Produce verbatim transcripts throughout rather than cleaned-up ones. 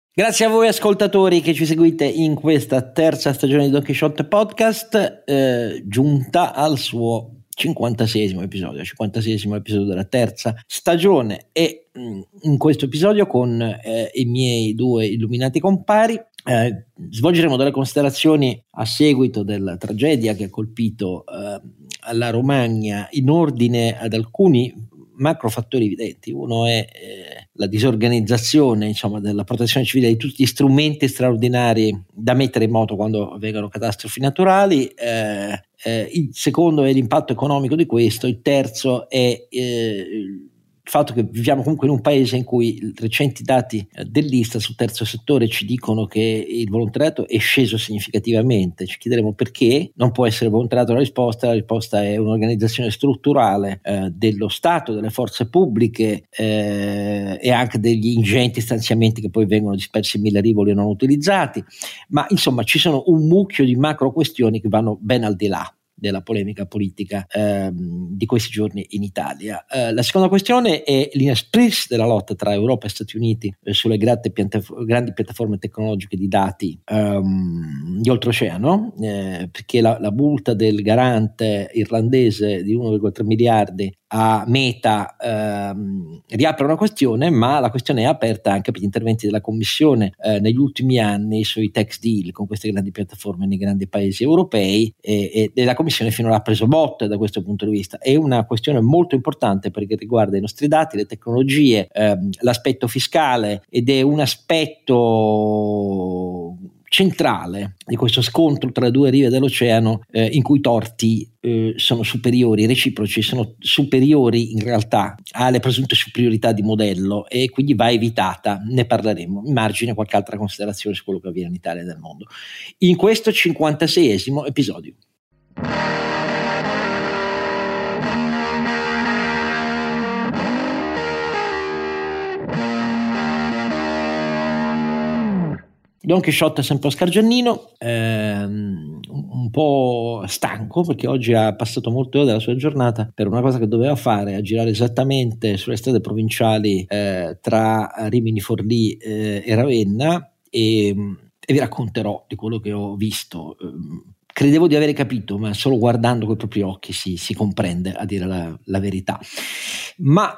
Grazie a voi ascoltatori che ci seguite in questa terza stagione di Don Chisciotte Podcast, eh, giunta al suo cinquantaseiesimo episodio, cinquantaseiesimo episodio della terza stagione, e mh, in questo episodio con eh, i miei due illuminati compari eh, svolgeremo delle considerazioni a seguito della tragedia che ha colpito eh, la Romagna in ordine ad alcuni macrofattori evidenti. Uno è eh, la disorganizzazione, insomma, della protezione civile, di tutti gli strumenti straordinari da mettere in moto quando avvengono catastrofi naturali. Eh, eh, il secondo è l'impatto economico di questo. Il terzo è eh, il fatto che viviamo comunque in un paese in cui i recenti dati dell'Istat sul terzo settore ci dicono che il volontariato è sceso significativamente. Ci chiederemo perché. Non può essere volontariato la risposta, la risposta è un'organizzazione strutturale eh, dello Stato, delle forze pubbliche eh, e anche degli ingenti stanziamenti che poi vengono dispersi in mille rivoli e non utilizzati, ma insomma ci sono un mucchio di macro questioni che vanno ben al di là della polemica politica ehm, di questi giorni in Italia. Eh, la seconda questione è l'inespris della lotta tra Europa e Stati Uniti eh, sulle grandi, piantaf- grandi piattaforme tecnologiche di dati ehm, di oltreoceano, eh, perché la, la multa del garante irlandese di uno virgola tre miliardi a Meta ehm, riapre una questione, ma la questione è aperta anche per gli interventi della Commissione eh, negli ultimi anni sui tax deal con queste grandi piattaforme nei grandi paesi europei, e, e la Commissione finora ha preso botte da questo punto di vista. È una questione molto importante perché riguarda i nostri dati, le tecnologie, ehm, l'aspetto fiscale, ed è un aspetto centrale di questo scontro tra le due rive dell'oceano eh, in cui i torti eh, sono superiori, reciproci, sono superiori in realtà alle presunte superiorità di modello, e quindi va evitata. Ne parleremo. In margine qualche altra considerazione su quello che avviene in Italia e nel mondo in questo cinquantaseiesimo episodio. Don Chisciotte è sempre Oscar Giannino, ehm, un po' stanco perché oggi ha passato molte ore della sua giornata per una cosa che doveva fare, a girare esattamente sulle strade provinciali eh, tra Rimini, Forlì eh, e Ravenna, e, e vi racconterò di quello che ho visto. Credevo di avere capito, ma solo guardando coi propri occhi si, si comprende, a dire la, la verità. Ma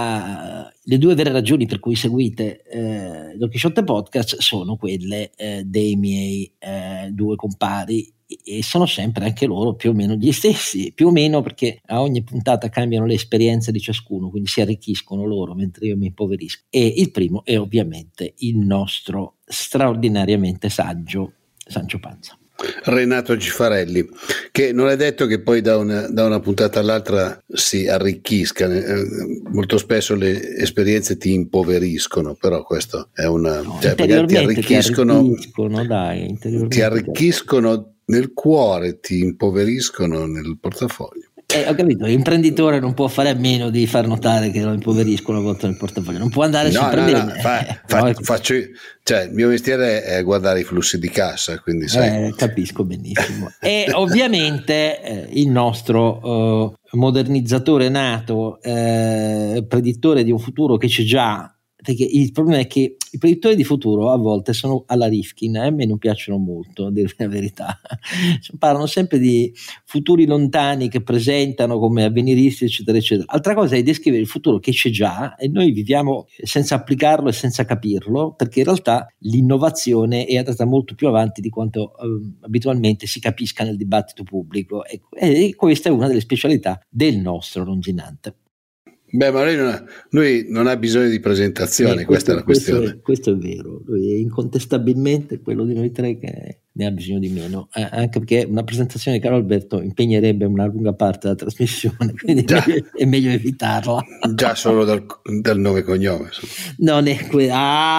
uh, le due vere ragioni per cui seguite eh, Don Chisciotte Podcast sono quelle eh, dei miei eh, due compari, e sono sempre anche loro più o meno gli stessi, più o meno, perché a ogni puntata cambiano le esperienze di ciascuno, quindi si arricchiscono loro mentre io mi impoverisco. E il primo è ovviamente il nostro straordinariamente saggio Sancio Panza, Renato Gifarelli, che non è detto che poi da una, da una puntata all'altra si arricchisca. Eh, molto spesso le esperienze ti impoveriscono, però questo è una no, cioè, ti arricchiscono, ti arricchiscono, dai, ti arricchiscono nel cuore, ti impoveriscono nel portafoglio. Eh, ho capito, l'imprenditore non può fare a meno di far notare che lo impoveriscono a volte nel portafoglio, non può andare no, sempre no, bene. No, fa, fa, faccio, cioè, il mio mestiere è guardare i flussi di cassa, quindi sai. Eh, capisco benissimo. E ovviamente eh, il nostro eh, modernizzatore nato, eh, predittore di un futuro che c'è già, perché il problema è che i predittori di futuro a volte sono alla Rifkin, a me non piacciono molto, a dire la verità. Parlano sempre di futuri lontani che presentano come avveniristi, eccetera eccetera. Altra cosa è descrivere il futuro che c'è già, e noi viviamo senza applicarlo e senza capirlo, perché in realtà l'innovazione è andata molto più avanti di quanto eh, abitualmente si capisca nel dibattito pubblico, e, e questa è una delle specialità del nostro longinante. Beh, ma lui non ha, lui non ha bisogno di presentazione, eh, questa questo, è la questione. Questo è, questo è vero, lui è incontestabilmente quello di noi tre che ne ha bisogno di meno, eh, anche perché una presentazione di Carlo Alberto impegnerebbe una lunga parte della trasmissione, quindi già, è, meglio, è meglio evitarla. Già solo dal, dal nome e cognome. Non è que-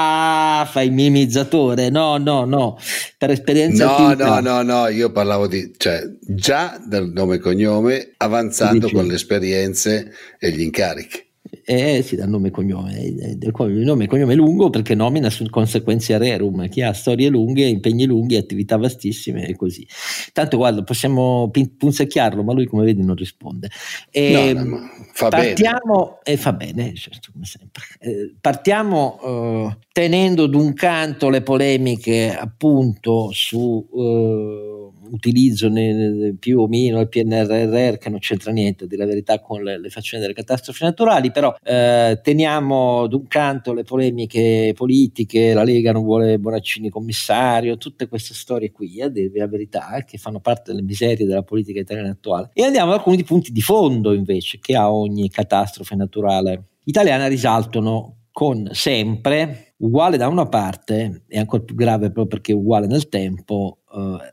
ah, fai mimizzatore, no, no, no, per esperienza No, attività. no, no, no, io parlavo di, cioè, già dal nome e cognome, avanzando con le esperienze e gli incarichi. Eh sì, dal nome e cognome, il nome e cognome è lungo perché nomina su consequenze rerum, chi ha storie lunghe, impegni lunghi, attività vastissime e così. Tanto guarda, possiamo punzecchiarlo, ma lui come vedi non risponde. E no, no, fa partiamo, e eh, fa bene, certo, come sempre. Eh, partiamo eh, tenendo d'un canto le polemiche appunto su eh, utilizzo ne, più o meno il P N R R, che non c'entra niente, a dire la verità, con le, le faccende delle catastrofi naturali, però eh, teniamo d'un canto le polemiche politiche, la Lega non vuole Bonaccini commissario, tutte queste storie qui, a dirvi la verità, che fanno parte delle miserie della politica italiana attuale, e andiamo ad alcuni punti di fondo invece che a ogni catastrofe naturale italiana risaltano con sempre uguale da una parte e ancora più grave proprio perché uguale nel tempo eh,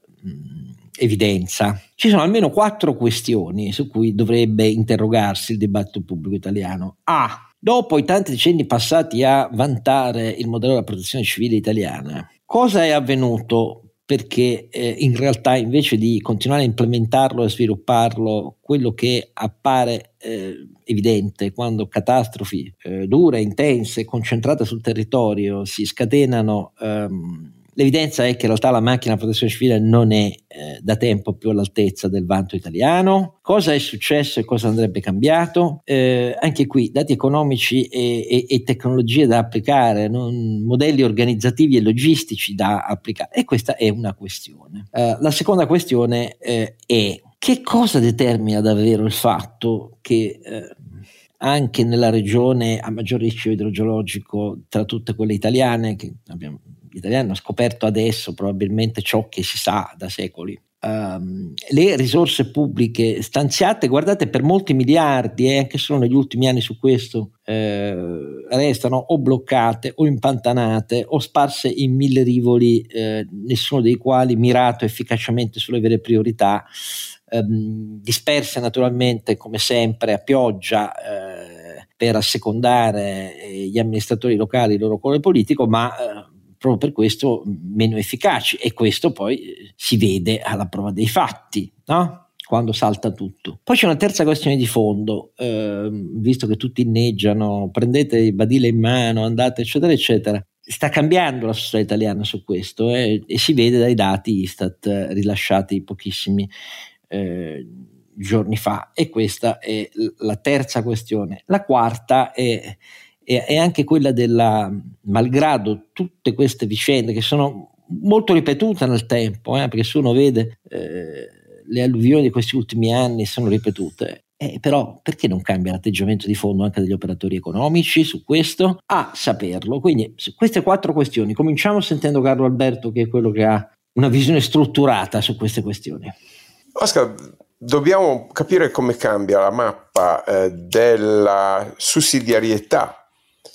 evidenza. Ci sono almeno quattro questioni su cui dovrebbe interrogarsi il dibattito pubblico italiano. A. Dopo i tanti decenni passati a vantare il modello della protezione civile italiana, cosa è avvenuto perché eh, in realtà invece di continuare a implementarlo e svilupparlo, quello che appare eh, evidente quando catastrofi eh, dure, intense, concentrate sul territorio si scatenano, ehm, l'evidenza è che in realtà la macchina della protezione civile non è eh, da tempo più all'altezza del vanto italiano. Cosa è successo e cosa andrebbe cambiato? Eh, anche qui dati economici e, e, e tecnologie da applicare, non, modelli organizzativi e logistici da applicare, e questa è una questione. Eh, la seconda questione eh, è che cosa determina davvero il fatto che eh, anche nella regione a maggior rischio idrogeologico tra tutte quelle italiane, che abbiamo, gli italiani hanno scoperto adesso probabilmente ciò che si sa da secoli, um, le risorse pubbliche stanziate, guardate, per molti miliardi, eh, anche solo negli ultimi anni su questo, eh, restano o bloccate o impantanate o sparse in mille rivoli, eh, nessuno dei quali mirato efficacemente sulle vere priorità, ehm, disperse naturalmente come sempre a pioggia eh, per assecondare eh, gli amministratori locali, il loro colore politico, ma eh, proprio per questo meno efficaci, e questo poi eh, si vede alla prova dei fatti, no? Quando salta tutto. Poi c'è una terza questione di fondo, eh, visto che tutti inneggiano, prendete il badile in mano, andate eccetera eccetera. Sta cambiando la società italiana su questo eh, e si vede dai dati Istat eh, rilasciati pochissimi eh, giorni fa, e questa è la terza questione. La quarta è, è, è anche quella della, malgrado tutte queste vicende che sono molto ripetute nel tempo, eh, perché se uno vede eh, le alluvioni di questi ultimi anni sono ripetute, eh, però perché non cambia l'atteggiamento di fondo anche degli operatori economici su questo? A saperlo. Quindi su queste quattro questioni cominciamo sentendo Carlo Alberto, che è quello che ha una visione strutturata su queste questioni. Oscar, dobbiamo capire come cambia la mappa eh, della sussidiarietà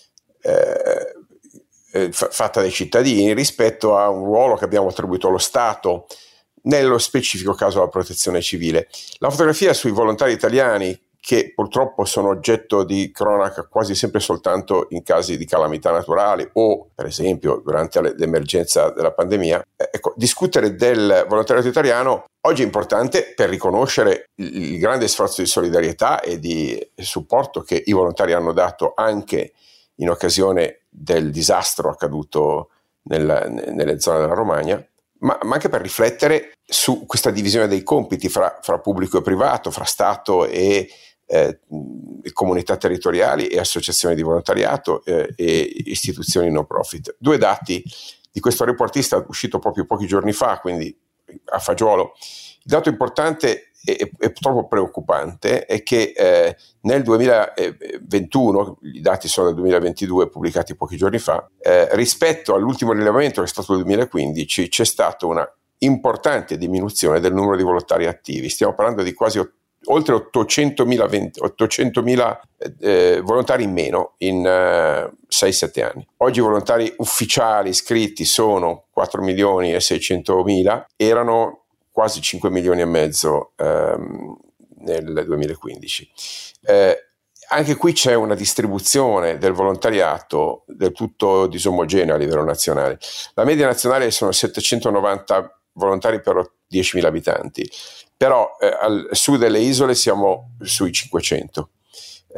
eh, eh, fatta dai cittadini rispetto a un ruolo che abbiamo attribuito allo Stato, nello specifico caso della protezione civile. La fotografia sui volontari italiani, che purtroppo sono oggetto di cronaca quasi sempre soltanto in casi di calamità naturali o per esempio durante l'emergenza della pandemia, ecco, discutere del volontariato italiano oggi è importante per riconoscere il grande sforzo di solidarietà e di supporto che i volontari hanno dato anche in occasione del disastro accaduto nel, nelle zone della Romagna, ma, ma anche per riflettere su questa divisione dei compiti fra, fra pubblico e privato, fra Stato e eh, comunità territoriali e associazioni di volontariato eh, e istituzioni no profit. Due dati di questo reportista uscito proprio pochi giorni fa, quindi a fagiolo. Il dato importante e, e purtroppo preoccupante è che eh, nel duemilaventuno, i dati sono del duemilaventidue pubblicati pochi giorni fa, eh, rispetto all'ultimo rilevamento che è stato del duemilaquindici c'è stata una importante diminuzione del numero di volontari attivi. Stiamo parlando di quasi ott- oltre ottocentomila eh, volontari in meno in uh, sei sette anni. Oggi i volontari ufficiali iscritti sono quattro milioni e seicentomila, erano quasi cinque milioni e mezzo ehm, nel duemilaquindici. Eh, anche qui c'è una distribuzione del volontariato del tutto disomogenea a livello nazionale. La media nazionale sono settecentonovanta volontari per diecimila abitanti, però eh, al sud delle isole siamo sui cinquecento. Eh,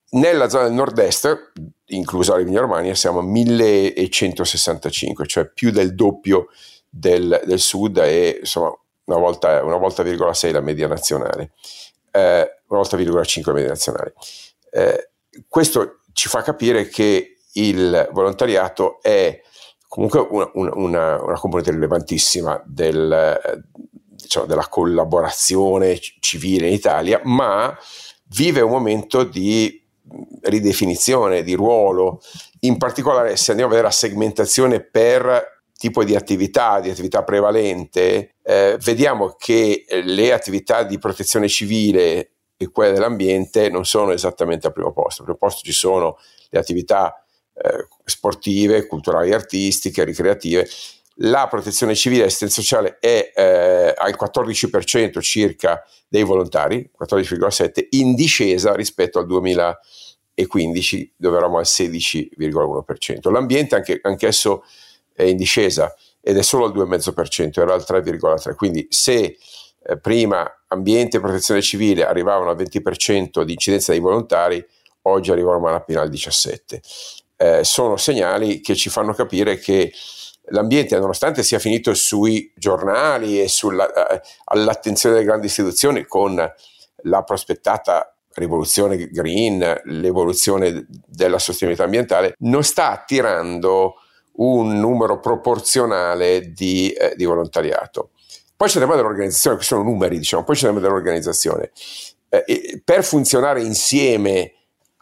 nella zona del nord-est, inclusa l'Emilia Romagna, siamo a millecentosessantacinque, cioè più del doppio del, del sud, e insomma una volta, una volta virgola sei la media nazionale, eh, una volta virgola cinque la media nazionale. Eh, questo ci fa capire che il volontariato è comunque una, una, una componente rilevantissima del, diciamo, della collaborazione civile in Italia, ma vive un momento di ridefinizione di ruolo. In particolare, se andiamo a vedere la segmentazione per tipo di attività, di attività prevalente, eh, vediamo che le attività di protezione civile e quelle dell'ambiente non sono esattamente al primo posto. Al primo posto ci sono le attività eh, sportive, culturali, artistiche, ricreative. La protezione civile e assistenza sociale è eh, al quattordici per cento circa dei volontari, quattordici virgola sette, in discesa rispetto al duemilaquindici, dove eravamo al sedici virgola uno per cento. L'ambiente anche, anch'esso è in discesa ed è solo al due virgola cinque per cento, era al tre virgola tre per cento. Quindi se eh, prima ambiente e protezione civile arrivavano al venti per cento di incidenza dei volontari, oggi arrivano appena al diciassette per cento. Eh, sono segnali che ci fanno capire che l'ambiente, nonostante sia finito sui giornali e sulla, eh, all'attenzione delle grandi istituzioni con la prospettata rivoluzione green, l'evoluzione della sostenibilità ambientale, non sta attirando un numero proporzionale di, eh, di volontariato. Poi c'è il tema dell'organizzazione, questi sono numeri, diciamo, poi c'è il tema dell'organizzazione. Eh, per funzionare insieme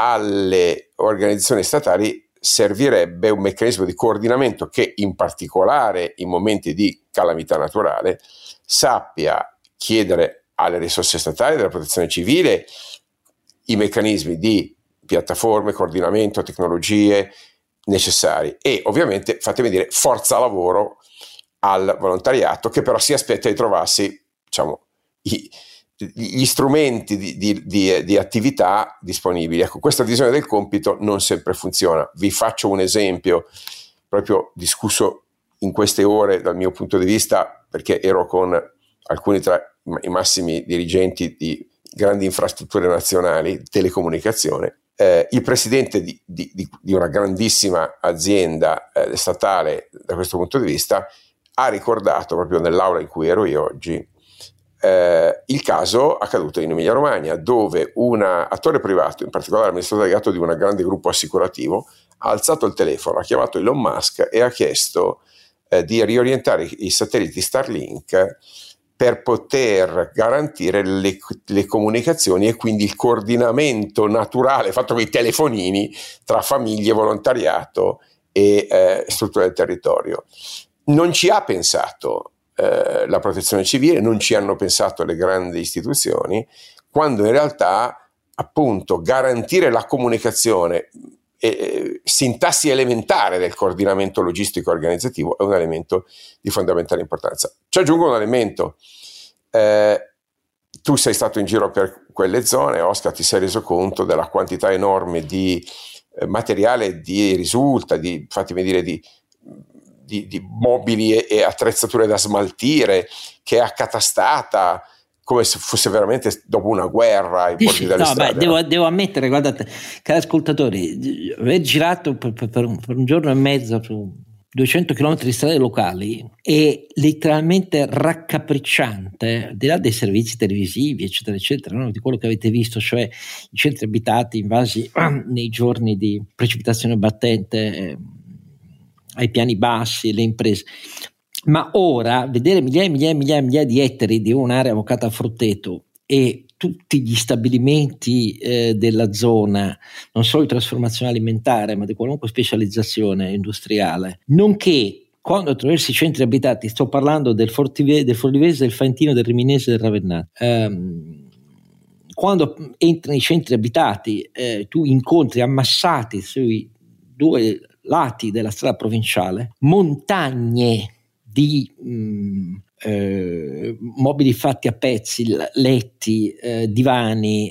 alle organizzazioni statali servirebbe un meccanismo di coordinamento che, in particolare in momenti di calamità naturale, sappia chiedere alle risorse statali della protezione civile i meccanismi di piattaforme, coordinamento, tecnologie necessari e ovviamente, fatemi dire, forza lavoro al volontariato, che però si aspetta di trovarsi, diciamo, i, gli strumenti di, di, di, di attività disponibili. Ecco, questa visione del compito non sempre funziona. Vi faccio un esempio proprio discusso in queste ore dal mio punto di vista, perché ero con alcuni tra i massimi dirigenti di grandi infrastrutture nazionali, telecomunicazione. Eh, il presidente di, di, di una grandissima azienda eh, statale da questo punto di vista ha ricordato proprio nell'aula in cui ero io oggi Eh, il caso accaduto in Emilia Romagna, dove un attore privato, in particolare l'amministratore delegato di un grande gruppo assicurativo, ha alzato il telefono, ha chiamato Elon Musk e ha chiesto eh, di riorientare i satelliti Starlink per poter garantire le, le comunicazioni e quindi il coordinamento naturale fatto con i telefonini tra famiglie, volontariato e eh, strutture del territorio. Non ci ha pensato Eh, la protezione civile, non ci hanno pensato le grandi istituzioni, quando in realtà appunto garantire la comunicazione e eh, sintassi elementare del coordinamento logistico organizzativo è un elemento di fondamentale importanza. Ci aggiungo un elemento: eh, tu sei stato in giro per quelle zone, Oscar, ti sei reso conto della quantità enorme di eh, materiale di risulta, di, fatemi dire, di Di, di mobili e, e attrezzature da smaltire, che è accatastata come se fosse veramente dopo una guerra ai bordi delle no, strade. Beh, devo, devo ammettere, guardate, cari ascoltatori, aver girato per, per, un, per un giorno e mezzo su duecento chilometri di strade locali è letteralmente raccapricciante, al di là dei servizi televisivi eccetera eccetera, no? Di quello che avete visto, cioè i centri abitati invasi nei giorni di precipitazione battente, eh, ai piani bassi, le imprese. Ma ora vedere migliaia e migliaia e migliaia, migliaia di ettari di un'area avocata a frutteto e tutti gli stabilimenti eh, della zona, non solo di trasformazione alimentare, ma di qualunque specializzazione industriale, nonché quando attraverso i centri abitati, sto parlando del, Fortive, del Forlivese, del Faentino, del Riminese, del Ravennato, ehm, quando entri nei centri abitati eh, tu incontri ammassati sui due lati della strada provinciale montagne di mh, eh, mobili fatti a pezzi, letti, eh, divani,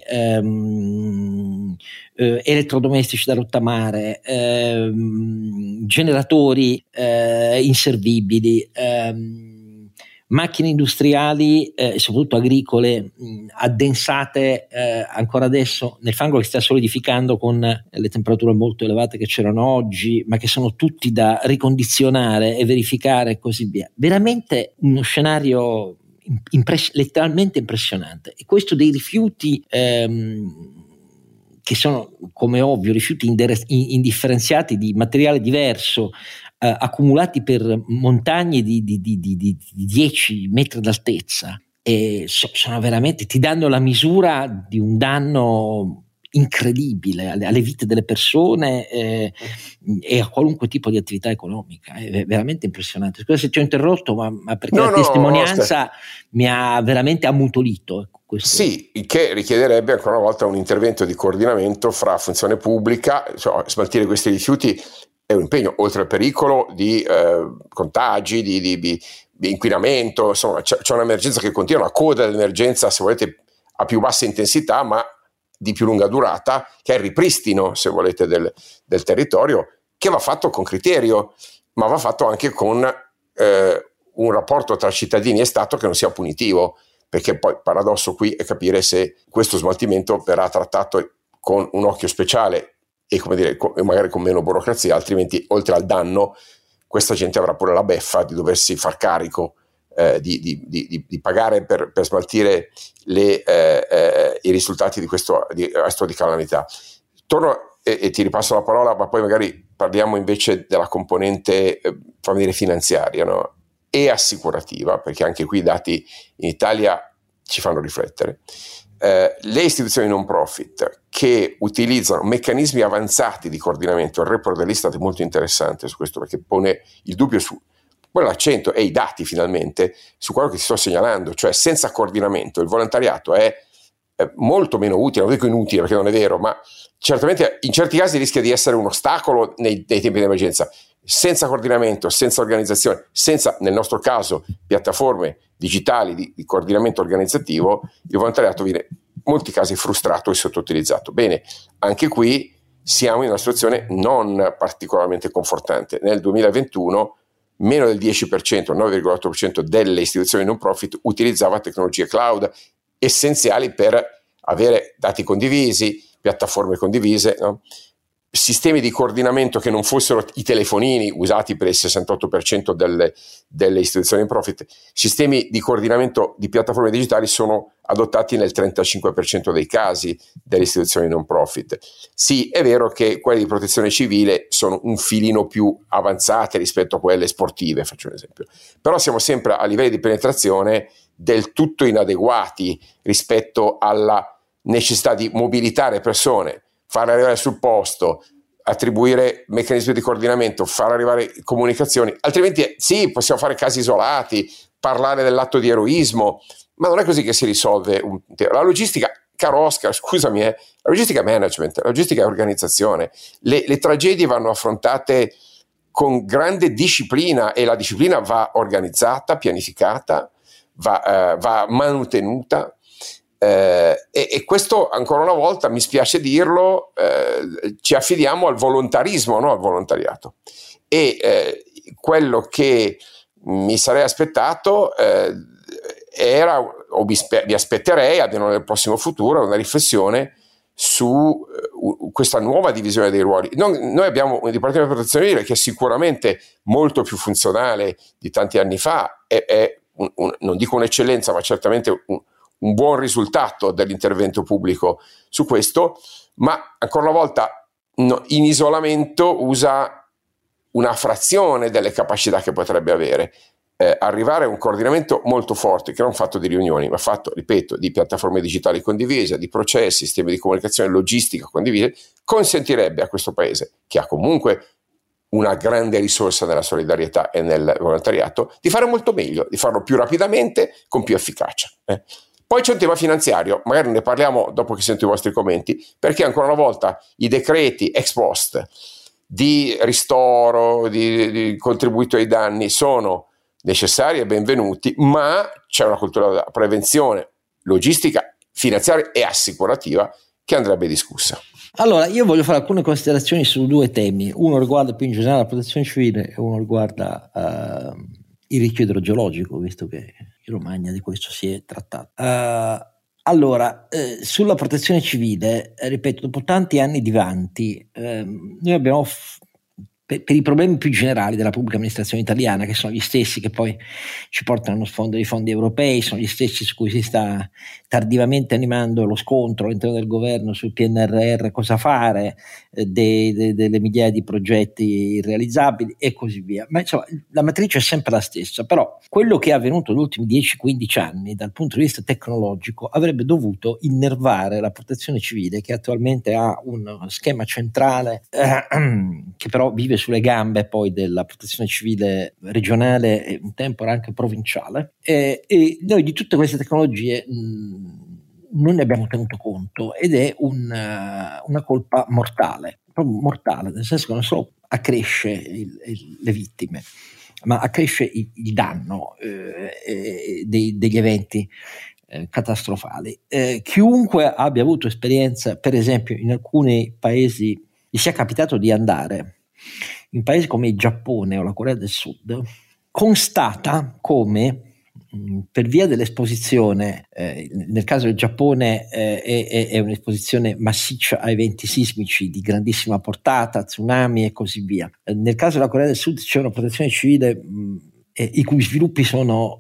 ehm, eh, elettrodomestici da rottamare, ehm, generatori eh, inservibili, ehm, macchine industriali e eh, soprattutto agricole mh, addensate eh, ancora adesso nel fango che sta solidificando con le temperature molto elevate che c'erano oggi, ma che sono tutti da ricondizionare e verificare e così via. Veramente uno scenario impress- letteralmente impressionante. E questo dei rifiuti ehm, che sono, come ovvio, rifiuti indere- indifferenziati di materiale diverso, eh, accumulati per montagne di, di, di, di, di dieci metri d'altezza, e so, sono veramente, ti danno la misura di un danno incredibile alle, alle vite delle persone eh, e a qualunque tipo di attività economica. È veramente impressionante. Scusa se ti ho interrotto, ma, ma perché no, la testimonianza no, mi ha veramente ammutolito. Questo. Sì, il che richiederebbe ancora una volta un intervento di coordinamento fra funzione pubblica, cioè smaltire questi rifiuti è un impegno, oltre al pericolo di eh, contagi, di, di, di, di inquinamento, insomma c'è, c'è un'emergenza che continua, una coda dell'emergenza, se volete, a più bassa intensità, ma di più lunga durata, che è il ripristino, se volete, del, del territorio, che va fatto con criterio, ma va fatto anche con eh, un rapporto tra cittadini e Stato che non sia punitivo, perché poi il paradosso qui è capire se questo smaltimento verrà trattato con un occhio speciale e, come dire, con, magari con meno burocrazia, altrimenti oltre al danno questa gente avrà pure la beffa di doversi far carico eh, di, di, di, di pagare per, per smaltire le, eh, eh, i risultati di questo di, questo di calamità. Torno e, e ti ripasso la parola, ma poi magari parliamo invece della componente eh, fammi dire finanziaria, no? E assicurativa, perché anche qui i dati in Italia ci fanno riflettere. Eh, le istituzioni non profit che utilizzano meccanismi avanzati di coordinamento, il report dell'Istat è molto interessante su questo perché pone il dubbio su, pone l'accento e i dati finalmente su quello che ti sto segnalando, cioè senza coordinamento il volontariato è, è molto meno utile, non dico inutile perché non è vero, ma certamente in certi casi rischia di essere un ostacolo nei, nei tempi di emergenza. Senza coordinamento, senza organizzazione, senza, nel nostro caso, piattaforme digitali di, di coordinamento organizzativo, il volontariato viene in molti casi frustrato e sottoutilizzato. Bene, anche qui siamo in una situazione non particolarmente confortante. Nel duemilaventuno meno del dieci per cento, il nove virgola otto per cento delle istituzioni non profit utilizzava tecnologie cloud essenziali per avere dati condivisi, piattaforme condivise, no? Sistemi di coordinamento che non fossero i telefonini usati per il sessantotto per cento delle, delle istituzioni in profit, sistemi di coordinamento di piattaforme digitali sono adottati nel trentacinque per cento dei casi delle istituzioni non profit. Sì, è vero che quelle di protezione civile sono un filino più avanzate rispetto a quelle sportive, faccio un esempio, però siamo sempre a livelli di penetrazione del tutto inadeguati rispetto alla necessità di mobilitare persone, far arrivare sul posto, attribuire meccanismi di coordinamento, far arrivare comunicazioni, altrimenti sì, possiamo fare casi isolati, parlare dell'atto di eroismo, ma non è così che si risolve un tema. La logistica, caro Oscar, scusami, eh, la logistica è management, la logistica è organizzazione, le, le tragedie vanno affrontate con grande disciplina e la disciplina va organizzata, pianificata, va, eh, va manutenuta. Eh, e, e questo ancora una volta mi spiace dirlo, eh, ci affidiamo al volontarismo, no? Al volontariato, e eh, quello che mi sarei aspettato eh, era, o mi, spe- mi aspetterei almeno nel prossimo futuro, una riflessione su uh, questa nuova divisione dei ruoli. Non, noi abbiamo un Dipartimento di Protezione Civile che è sicuramente molto più funzionale di tanti anni fa, è, è un, un, non dico un'eccellenza, ma certamente un un buon risultato dell'intervento pubblico su questo, ma ancora una volta no, in isolamento usa una frazione delle capacità che potrebbe avere. Eh, arrivare a un coordinamento molto forte, che non fatto di riunioni, ma fatto, ripeto, di piattaforme digitali condivise, di processi, sistemi di comunicazione, logistica condivise, consentirebbe a questo paese, che ha comunque una grande risorsa nella solidarietà e nel volontariato, di fare molto meglio, di farlo più rapidamente, con più efficacia. Eh. Poi c'è un tema finanziario, magari ne parliamo dopo che sento i vostri commenti, perché ancora una volta i decreti ex post di ristoro, di, di contribuito ai danni sono necessari e benvenuti, ma c'è una cultura della prevenzione logistica, finanziaria e assicurativa che andrebbe discussa. Allora, io voglio fare alcune considerazioni su due temi. Uno riguarda più in generale la protezione civile e uno riguarda uh, il rischio idrogeologico, visto che in Romagna di questo si è trattato. Uh, allora, eh, sulla protezione civile, eh, ripeto, dopo tanti anni di vanti, eh, noi abbiamo f- per, per i problemi più generali della pubblica amministrazione italiana, che sono gli stessi che poi ci portano allo sfondo dei fondi europei, sono gli stessi su cui si sta tardivamente animando lo scontro all'interno del governo sul P N R R, cosa fare, eh, de, de, delle migliaia di progetti irrealizzabili e così via. Ma insomma, la matrice è sempre la stessa, però quello che è avvenuto negli ultimi dieci quindici anni dal punto di vista tecnologico avrebbe dovuto innervare la protezione civile, che attualmente ha un schema centrale eh, che però vive sulle gambe poi della protezione civile regionale e un tempo era anche provinciale, e, e noi di tutte queste tecnologie mh, non ne abbiamo tenuto conto, ed è un, uh, una colpa mortale, proprio mortale, nel senso che non solo accresce il, il, le vittime, ma accresce il, il danno eh, dei, degli eventi eh, catastrofali. Eh, chiunque abbia avuto esperienza, per esempio in alcuni paesi, gli sia capitato di andare in paesi come il Giappone o la Corea del Sud, constata come mh, per via dell'esposizione, eh, nel caso del Giappone eh, è, è un'esposizione massiccia a eventi sismici di grandissima portata, tsunami e così via. Eh, nel caso della Corea del Sud c'è una protezione civile mh, eh, i cui sviluppi sono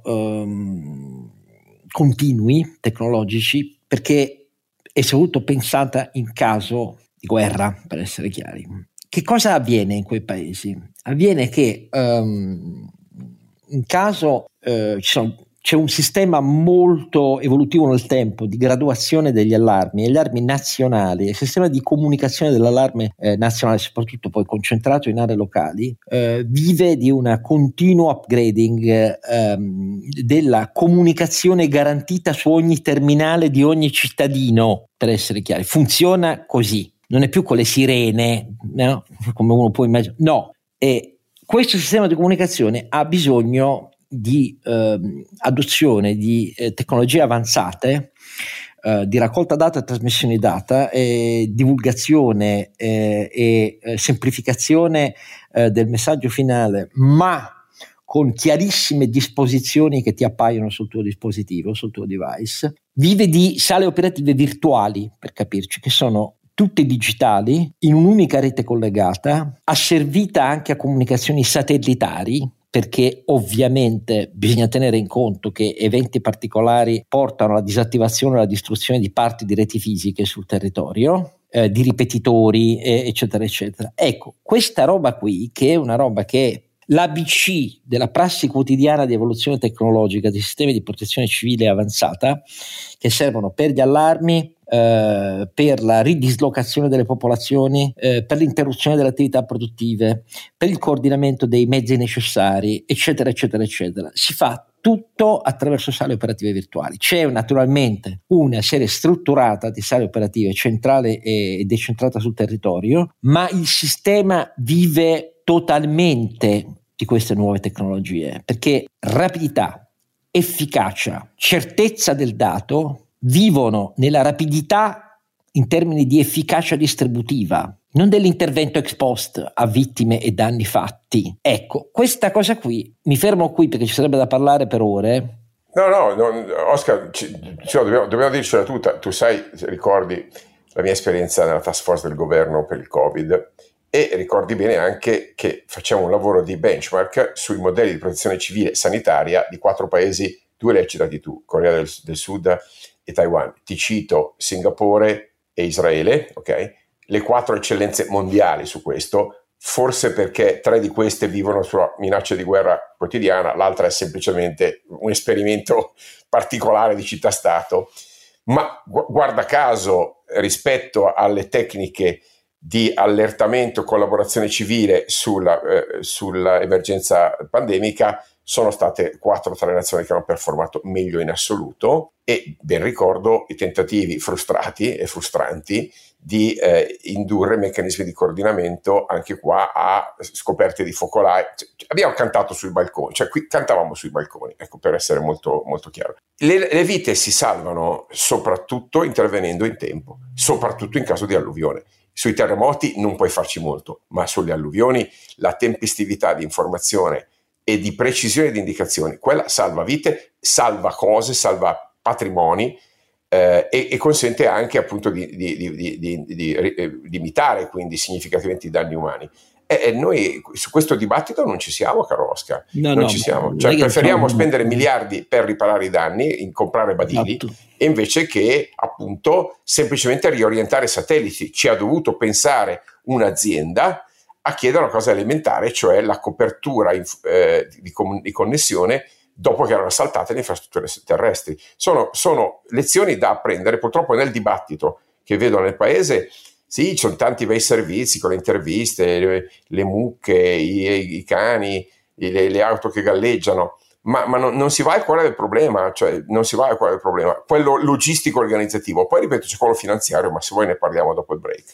ehm, continui, tecnologici, perché è soprattutto pensata in caso di guerra, per essere chiari. Che cosa avviene in quei paesi? Avviene che um, in caso uh, ci sono, c'è un sistema molto evolutivo nel tempo di graduazione degli allarmi, e gli allarmi nazionali, il sistema di comunicazione dell'allarme eh, nazionale, soprattutto poi concentrato in aree locali, eh, vive di una continuo upgrading ehm, della comunicazione garantita su ogni terminale di ogni cittadino, per essere chiari. Funziona così. Non è più con le sirene, no? Come uno può immaginare, no. E questo sistema di comunicazione ha bisogno di eh, adozione di eh, tecnologie avanzate, eh, di raccolta data e trasmissione data, e divulgazione eh, e eh, semplificazione eh, del messaggio finale, ma con chiarissime disposizioni che ti appaiono sul tuo dispositivo, sul tuo device. Vive di sale operative virtuali, per capirci, che sono tutte digitali, in un'unica rete collegata, asservita anche a comunicazioni satellitari, perché ovviamente bisogna tenere in conto che eventi particolari portano alla disattivazione e alla distruzione di parti di reti fisiche sul territorio, eh, di ripetitori, eh, eccetera, eccetera. Ecco, questa roba qui, che è una roba che è l'A B C della prassi quotidiana di evoluzione tecnologica di sistemi di protezione civile avanzata, che servono per gli allarmi, eh, per la ridislocazione delle popolazioni, eh, per l'interruzione delle attività produttive, per il coordinamento dei mezzi necessari, eccetera, eccetera, eccetera. Si fa tutto attraverso sale operative virtuali. C'è naturalmente una serie strutturata di sale operative centrale e decentrata sul territorio, ma il sistema vive totalmente di queste nuove tecnologie, perché rapidità, efficacia, certezza del dato vivono nella rapidità in termini di efficacia distributiva, non dell'intervento ex post a vittime e danni fatti. Ecco, questa cosa qui, mi fermo qui perché ci sarebbe da parlare per ore. No, no, no Oscar, ci, cioè, dobbiamo, dobbiamo dircela tutta. Tu sai, ricordi la mia esperienza nella task force del governo per il Covid, e ricordi bene anche che facciamo un lavoro di benchmark sui modelli di protezione civile sanitaria di quattro paesi, due li hai citati tu, Corea del, del Sud e Taiwan. Ti cito Singapore e Israele, ok? Le quattro eccellenze mondiali su questo, forse perché tre di queste vivono sulla minaccia di guerra quotidiana, l'altra è semplicemente un esperimento particolare di città-stato, ma gu- guarda caso rispetto alle tecniche di allertamento e collaborazione civile sulla, eh, sulla emergenza pandemica, sono state quattro tra le nazioni che hanno performato meglio in assoluto, e ben ricordo i tentativi frustrati e frustranti di eh, indurre meccanismi di coordinamento anche qua a scoperte di focolai. Cioè, abbiamo cantato sui balconi, cioè qui cantavamo sui balconi, ecco, per essere molto, molto chiaro. Le, le vite si salvano soprattutto intervenendo in tempo, soprattutto in caso di alluvione. Sui terremoti non puoi farci molto, ma sulle alluvioni la tempestività di informazione e di precisione di indicazioni. Quella salva vite, salva cose, salva patrimoni, eh, e, e consente anche appunto di, di, di, di, di, di eh, limitare quindi significativamente i danni umani. E, e noi su questo dibattito non ci siamo, caro Oscar, no, non no, ci siamo, cioè preferiamo spendere miliardi per riparare i danni, in comprare badili, esatto, e invece che appunto semplicemente riorientare i satelliti. Ci ha dovuto pensare un'azienda a chiedere una cosa elementare, cioè la copertura in, eh, di, con, di connessione dopo che erano saltate le infrastrutture terrestri. Sono, sono lezioni da apprendere. Purtroppo nel dibattito che vedo nel paese, sì, ci sono tanti bei servizi con le interviste, le, le mucche, i, i cani, le, le auto che galleggiano, ma, ma non, non si va al cuore del problema, cioè non si va al cuore del problema, quello logistico organizzativo. Poi ripeto, c'è quello finanziario, ma se vuoi ne parliamo dopo il break.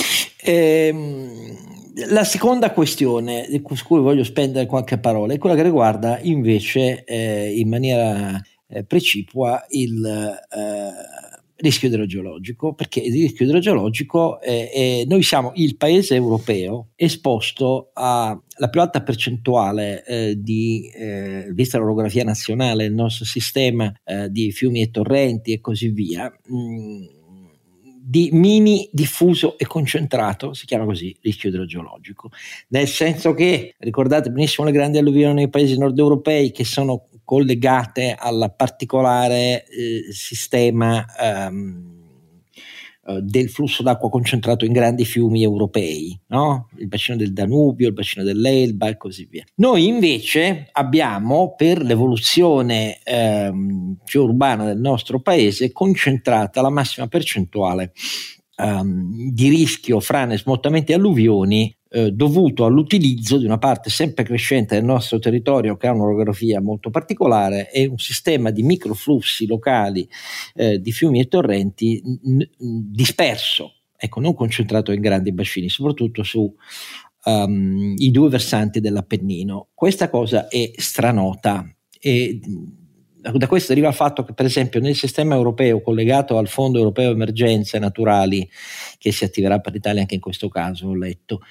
Ehm... La seconda questione su cui voglio spendere qualche parola è quella che riguarda invece eh, in maniera eh, precipua il eh, rischio idrogeologico, perché il rischio idrogeologico è, è, noi siamo il paese europeo esposto alla più alta percentuale eh, di, eh, vista l'orografia nazionale, il nostro sistema eh, di fiumi e torrenti e così via, mh, di mini diffuso e concentrato, si chiama così rischio idrogeologico, nel senso che ricordate benissimo le grandi alluvioni nei paesi nord europei che sono collegate al particolare eh, sistema ehm, del flusso d'acqua concentrato in grandi fiumi europei, no? Il bacino del Danubio, il bacino dell'Elba e così via. Noi invece abbiamo, per l'evoluzione ehm, geourbana del nostro paese, concentrata la massima percentuale ehm, di rischio frane, smottamenti e alluvioni eh, dovuto all'utilizzo di una parte sempre crescente del nostro territorio che ha un'orografia molto particolare e un sistema di microflussi locali eh, di fiumi e torrenti n- disperso, ecco, non concentrato in grandi bacini, soprattutto su um, i due versanti dell'Appennino. Questa cosa è stranota e da questo deriva il fatto che per esempio nel sistema europeo collegato al Fondo Europeo Emergenze Naturali, che si attiverà per l'Italia anche in questo caso, ho letto,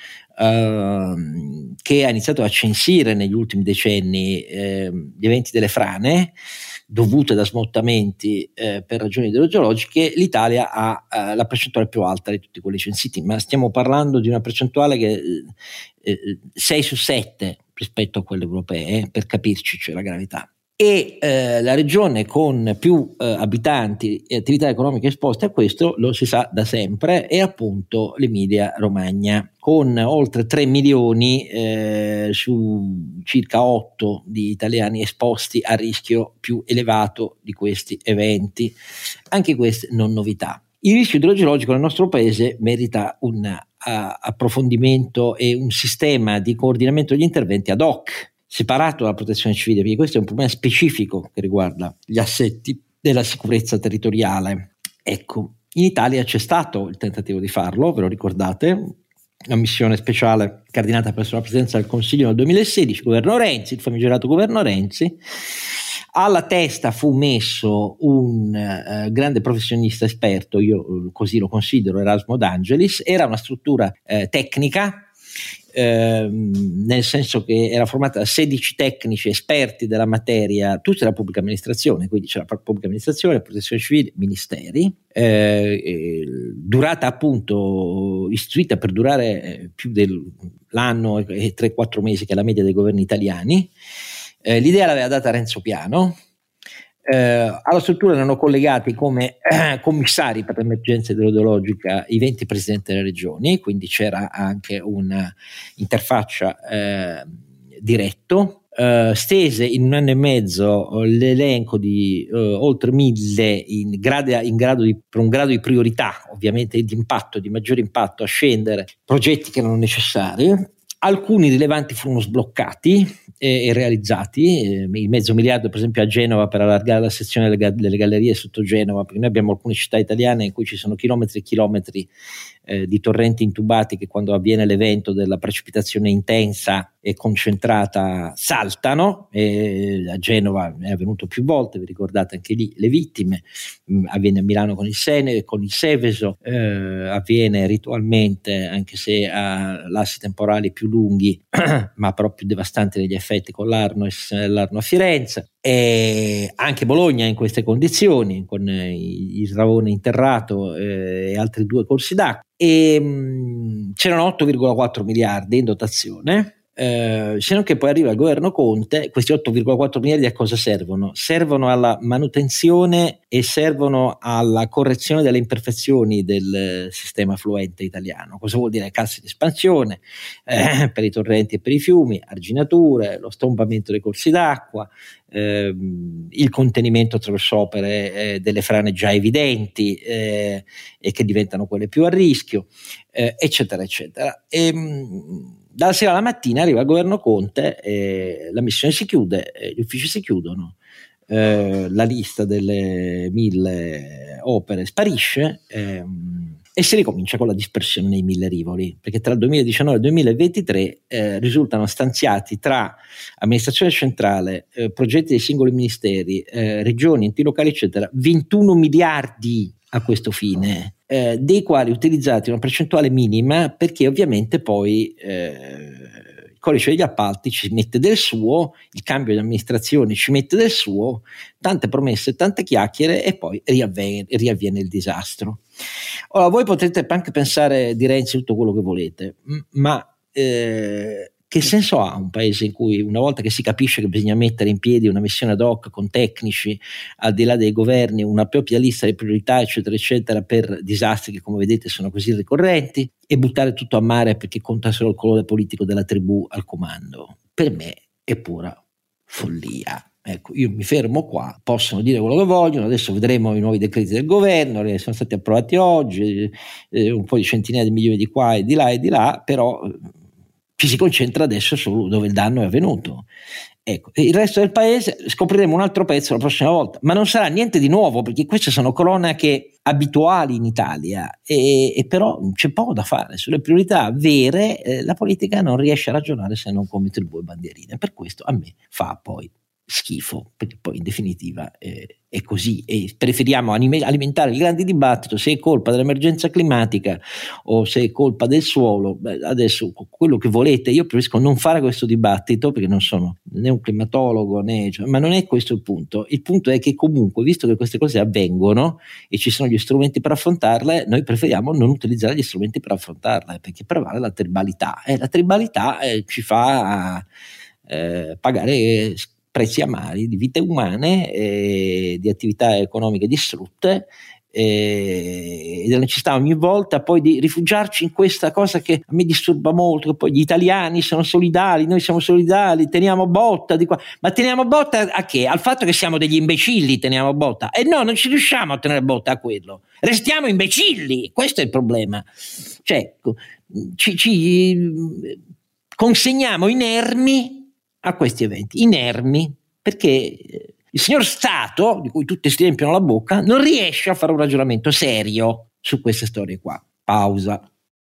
ehm, che ha iniziato a censire negli ultimi decenni eh, gli eventi delle frane dovute da smottamenti eh, per ragioni idrogeologiche, l'Italia ha eh, la percentuale più alta di tutti quelli censiti, ma stiamo parlando di una percentuale che eh, sei su sette rispetto a quelle europee, eh, per capirci c'è la gravità. E eh, la regione con più eh, abitanti e attività economiche esposte a questo, lo si sa da sempre, è appunto l'Emilia Romagna, con oltre tre milioni eh, su circa otto di italiani esposti a rischio più elevato di questi eventi. Anche queste non novità. Il rischio idrogeologico nel nostro paese merita un uh, approfondimento e un sistema di coordinamento degli interventi ad hoc, separato dalla protezione civile, perché questo è un problema specifico che riguarda gli assetti della sicurezza territoriale. Ecco, in Italia c'è stato il tentativo di farlo, ve lo ricordate? Una missione speciale cardinata presso la presidenza del Consiglio nel duemilasedici, governo Renzi, il famigerato governo Renzi. Alla testa fu messo un uh, grande professionista esperto, io uh, così lo considero, Erasmo D'Angelis. Era una struttura uh, tecnica, Ehm, nel senso che era formata da sedici tecnici esperti della materia, tutti della pubblica amministrazione, quindi c'era la pubblica amministrazione, protezione civile, ministeri, eh, durata appunto istituita per durare più dell'anno e tre quattro mesi, che è la media dei governi italiani. Eh, l'idea l'aveva data Renzo Piano. Eh, alla struttura erano collegati come eh, commissari per l'emergenza idrogeologica i venti presidenti delle regioni, quindi c'era anche un'interfaccia eh, diretto. Eh, stese in un anno e mezzo l'elenco di eh, oltre mille in, grado, in grado di, per un grado di priorità, ovviamente di impatto, di maggiore impatto, a scendere progetti che erano necessari. Alcuni rilevanti furono sbloccati e, e realizzati, eh, il mezzo miliardo per esempio a Genova per allargare la sezione delle, ga- delle gallerie sotto Genova, perché noi abbiamo alcune città italiane in cui ci sono chilometri e chilometri eh, di torrenti intubati che quando avviene l'evento della precipitazione intensa e concentrata saltano, e a Genova è avvenuto più volte, vi ricordate anche lì le vittime, mh, avviene a Milano con il Sene, con il Seveso, eh, avviene ritualmente anche se ha lassi temporali più lunghi ma però più devastanti negli effetti con l'Arno e l'Arno a Firenze, e anche Bologna in queste condizioni con il Ravone interrato e altri due corsi d'acqua, e mh, c'erano otto virgola quattro miliardi in dotazione. Eh, se non che poi arriva il governo Conte. Questi otto virgola quattro miliardi a cosa servono? Servono alla manutenzione e servono alla correzione delle imperfezioni del sistema fluente italiano. Cosa vuol dire? Casse di espansione eh, per i torrenti e per i fiumi, arginature, lo stompamento dei corsi d'acqua, eh, il contenimento attraverso opere eh, delle frane già evidenti eh, e che diventano quelle più a rischio, eh, eccetera eccetera. E, mh, dalla sera alla mattina arriva il governo Conte, e la missione si chiude, gli uffici si chiudono, eh, la lista delle mille opere sparisce ehm, e si ricomincia con la dispersione nei mille rivoli, perché tra il duemiladiciannove e il duemilaventitré eh, risultano stanziati tra amministrazione centrale, eh, progetti dei singoli ministeri, eh, regioni, enti locali eccetera, ventuno miliardi a questo fine, eh, dei quali utilizzati una percentuale minima, perché ovviamente poi eh, il codice degli appalti ci mette del suo, il cambio di amministrazione ci mette del suo, tante promesse, tante chiacchiere, e poi riavviene, riavviene il disastro. Ora voi potrete anche pensare di Renzi tutto quello che volete, ma eh, che senso ha un paese in cui, una volta che si capisce che bisogna mettere in piedi una missione ad hoc con tecnici al di là dei governi, una propria lista di priorità eccetera eccetera per disastri che come vedete sono così ricorrenti, e buttare tutto a mare perché conta solo il colore politico della tribù al comando? Per me è pura follia. Ecco, io mi fermo qua, possono dire quello che vogliono, adesso vedremo i nuovi decreti del governo che sono stati approvati oggi, eh, un po' di centinaia di milioni di qua e di là e di là, però ci si concentra adesso su dove il danno è avvenuto. Ecco, il resto del paese scopriremo un altro pezzo la prossima volta, ma non sarà niente di nuovo, perché queste sono cronache abituali in Italia, e, e però c'è poco da fare. Sulle priorità vere eh, la politica non riesce a ragionare se non come tribù e bandierine. Per questo a me fa poi schifo, perché poi in definitiva eh, è così, e preferiamo anime, alimentare il grande dibattito se è colpa dell'emergenza climatica o se è colpa del suolo. Beh, adesso quello che volete, io preferisco non fare questo dibattito perché non sono né un climatologo né, cioè, ma non è questo il punto. Il punto è che comunque, visto che queste cose avvengono e ci sono gli strumenti per affrontarle, noi preferiamo non utilizzare gli strumenti per affrontarle, perché prevale la tribalità, e la tribalità eh, ci fa eh, pagare prezzi amari di vite umane, eh, di attività economiche distrutte, eh, e della necessità ogni volta poi di rifugiarci in questa cosa che a me disturba molto, che poi gli italiani sono solidali, noi siamo solidali, teniamo botta di qua. Ma teniamo botta a che? Al fatto che siamo degli imbecilli teniamo botta? E no, non ci riusciamo a tenere botta a quello, restiamo imbecilli, questo è il problema. Cioè ci, ci consegniamo inermi a questi eventi, inermi, perché il signor Stato, di cui tutti si riempiono la bocca, non riesce a fare un ragionamento serio su queste storie qua. Pausa.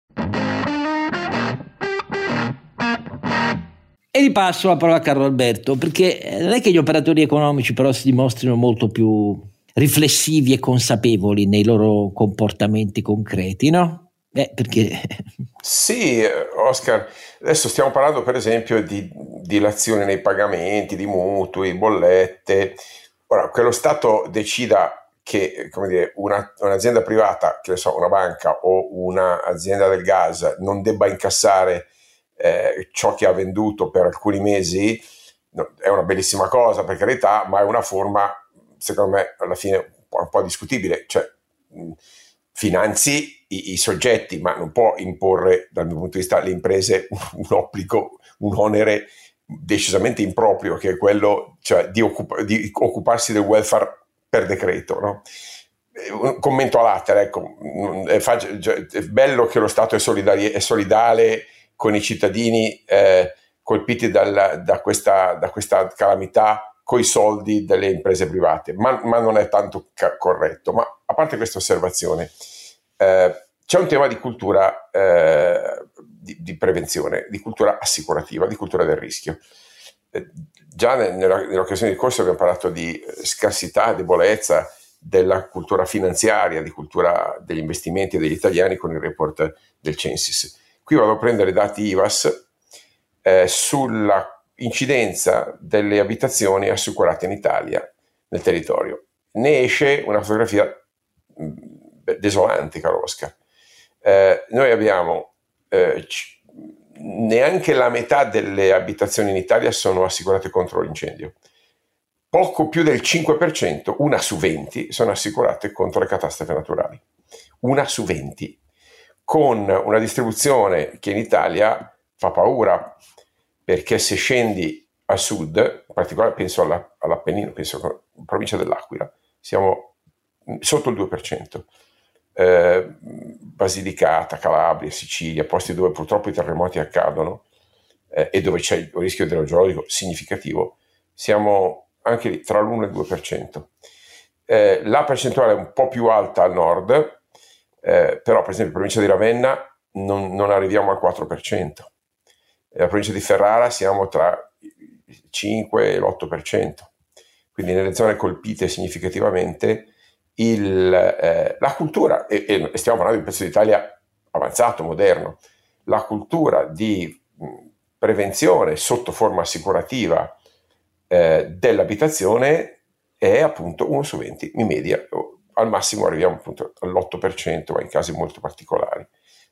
E ripasso la parola a Carlo Alberto, perché non è che gli operatori economici però si dimostrino molto più riflessivi e consapevoli nei loro comportamenti concreti, no? Eh, perché sì, Oscar, adesso stiamo parlando per esempio di dilazione nei pagamenti, di mutui, bollette. Ora, che lo Stato decida che, come dire, una, un'azienda privata, che ne so, una banca o un'azienda del gas non debba incassare eh, ciò che ha venduto per alcuni mesi, no, è una bellissima cosa, per carità, ma è una forma, secondo me, alla fine un po', un po' discutibile. Cioè, mh, finanzi i, i soggetti, ma non può imporre dal mio punto di vista alle imprese un, un obbligo, un onere decisamente improprio, che è quello, cioè, di, occup- di occuparsi del welfare per decreto, no? Un commento a latere, ecco, è, fac- è bello che lo Stato è, solidari- è solidale con i cittadini eh, colpiti dal, da, questa, da questa calamità coi soldi delle imprese private, ma, ma non è tanto ca- corretto. Ma a parte questa osservazione, eh, c'è un tema di cultura eh, di, di prevenzione, di cultura assicurativa, di cultura del rischio. Eh, già nella, nell'occasione di corso abbiamo parlato di scarsità, debolezza della cultura finanziaria, di cultura degli investimenti degli italiani con il report del Censis. Qui vado a prendere dati I V A S eh, sulla incidenza delle abitazioni assicurate in Italia nel territorio. Ne esce una fotografia desolante, caro Oscar. Eh, noi abbiamo eh, c- neanche la metà delle abitazioni in Italia sono assicurate contro l'incendio. Poco più del cinque per cento, una su venti, sono assicurate contro le catastrofi naturali. Una su venti, con una distribuzione che in Italia fa paura, perché se scendi a sud, in particolare penso alla, all'Appennino, penso alla provincia dell'Aquila, siamo sotto il due per cento. Eh, Basilicata, Calabria, Sicilia, posti dove purtroppo i terremoti accadono eh, e dove c'è il rischio idrogeologico significativo, siamo anche lì tra l'uno e il due per cento. Eh, la percentuale è un po' più alta al nord, eh, però per esempio in provincia di Ravenna non, non arriviamo al quattro per cento. La provincia di Ferrara siamo tra il cinque e l'otto per cento. Quindi nelle zone colpite significativamente il, eh, la cultura, e, e stiamo parlando di un pezzo d'Italia avanzato, moderno, la cultura di mh, prevenzione sotto forma assicurativa eh, dell'abitazione è appunto uno su venti in media, al massimo arriviamo appunto all'otto per cento, ma in casi molto particolari.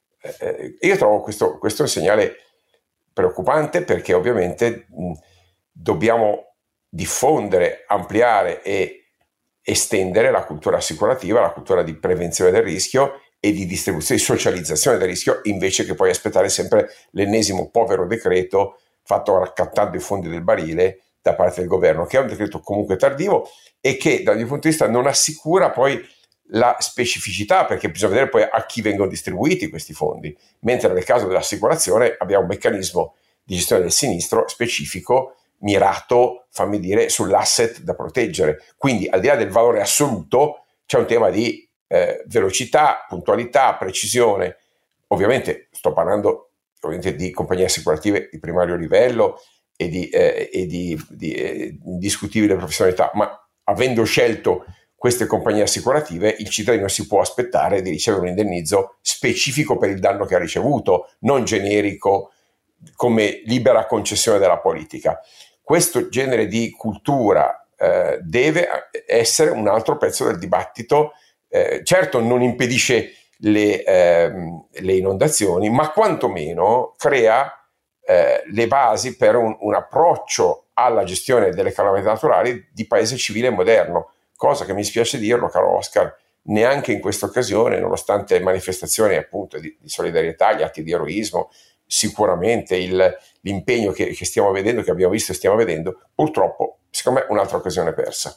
Eh, io trovo questo, questo un segnale preoccupante, perché ovviamente mh, dobbiamo diffondere, ampliare e estendere la cultura assicurativa, la cultura di prevenzione del rischio e di distribuzione, di socializzazione del rischio, invece che poi aspettare sempre l'ennesimo povero decreto fatto raccattando i fondi del barile da parte del governo, che è un decreto comunque tardivo e che dal mio punto di vista non assicura poi la specificità, perché bisogna vedere poi a chi vengono distribuiti questi fondi, mentre nel caso dell'assicurazione abbiamo un meccanismo di gestione del sinistro specifico, mirato, fammi dire, sull'asset da proteggere. Quindi al di là del valore assoluto c'è un tema di eh, velocità, puntualità, precisione. Ovviamente sto parlando ovviamente di compagnie assicurative di primario livello e di, eh, e di, di eh, indiscutibile professionalità, ma avendo scelto queste compagnie assicurative, il cittadino si può aspettare di ricevere un indennizzo specifico per il danno che ha ricevuto, non generico come libera concessione della politica. Questo genere di cultura eh, deve essere un altro pezzo del dibattito. Eh, certo non impedisce le, ehm, le inondazioni, ma quantomeno crea eh, le basi per un, un approccio alla gestione delle calamità naturali di paese civile e moderno, cosa che mi spiace dirlo, caro Oscar, neanche in questa occasione, nonostante manifestazioni appunto di, di solidarietà, gli atti di eroismo, sicuramente il, l'impegno che, che stiamo vedendo, che abbiamo visto e stiamo vedendo, purtroppo secondo me è un'altra occasione persa.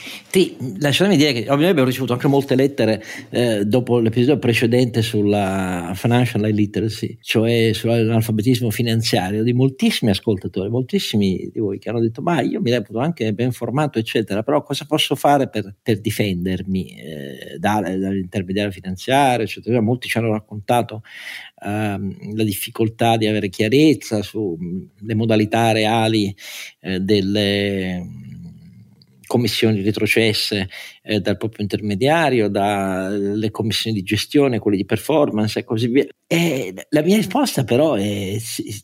Sì, lasciatemi dire che ovviamente abbiamo ricevuto anche molte lettere eh, dopo l'episodio precedente sulla financial illiteracy, cioè sull'analfabetismo finanziario, di moltissimi ascoltatori, moltissimi di voi che hanno detto ma io mi reputo anche ben formato eccetera, però cosa posso fare per, per difendermi eh, dall'intermediario finanziario eccetera. Molti ci hanno raccontato ehm, la difficoltà di avere chiarezza sulle modalità reali eh, delle commissioni retrocesse eh, dal proprio intermediario, dalle commissioni di gestione, quelle di performance e così via. E la mia risposta però è,